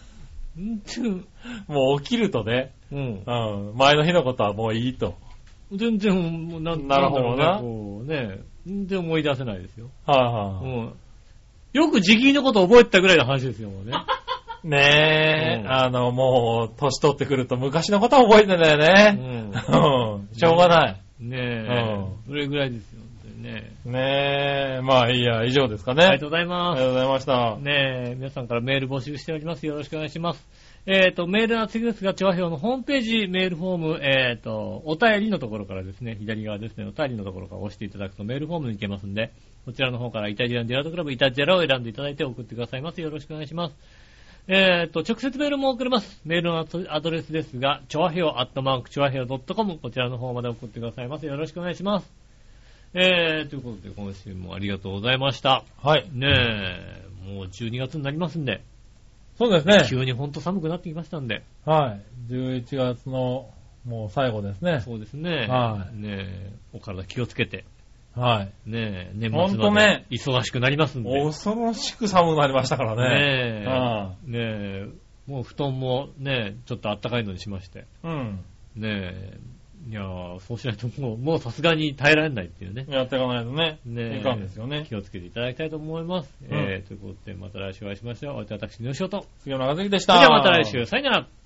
う起きるとね、前の日のことはもういいと。 全然、なるほどな。全然思い出せないですよ。よく時期のこと覚えてたぐらいの話ですよ、もうね。 ねえ、もう、年取ってくると昔のことは覚えてんだよね。しょうがない。 ねえ、それぐらいですよね。 ねえ、まあいいや、以上ですかね。 ありがとうございます。 ありがとうございました。 ねえ、皆さんからメール募集しております。よろしくお願いします。メールは次ですが、調和表のホームページ、メールフォーム、お便りのところからですね、左側ですね、お便りのところから押していただくとメールフォームに行けますんで、こちらの方からイタリアンジェラートクラブイタジェラを選んでいただいて送ってくださいます。よろしくお願いします。直接メールも送れます。メールのアドレスですが、チョアヘオ@choaheo.com こちらの方まで送ってくださいます。よろしくお願いします。ということで今週もありがとうございました。 はい。 ねえ、もう12月になりますんで。 そうですね。 急にほんと寒くなってきましたんで。 はい。11月のもう最後ですね。 そうですね。 はい。 ねえ、お体気をつけて。 はい。 ねえ、年末まで忙しくなりますんで。 恐ろしく寒くなりましたからね。 ねえ。ねえ、もう布団もね、ちょっと暖かいのにしまして。ねえ、いやー、そうしないともうさすがに耐えられないっていうね。 やっていかないとね。 ねえ。 いかんですよね。 気をつけていただきたいと思います。ということで、また来週お会いしましょう。私、の仕事。 杉山和樹でした。 それではまた来週、さよなら。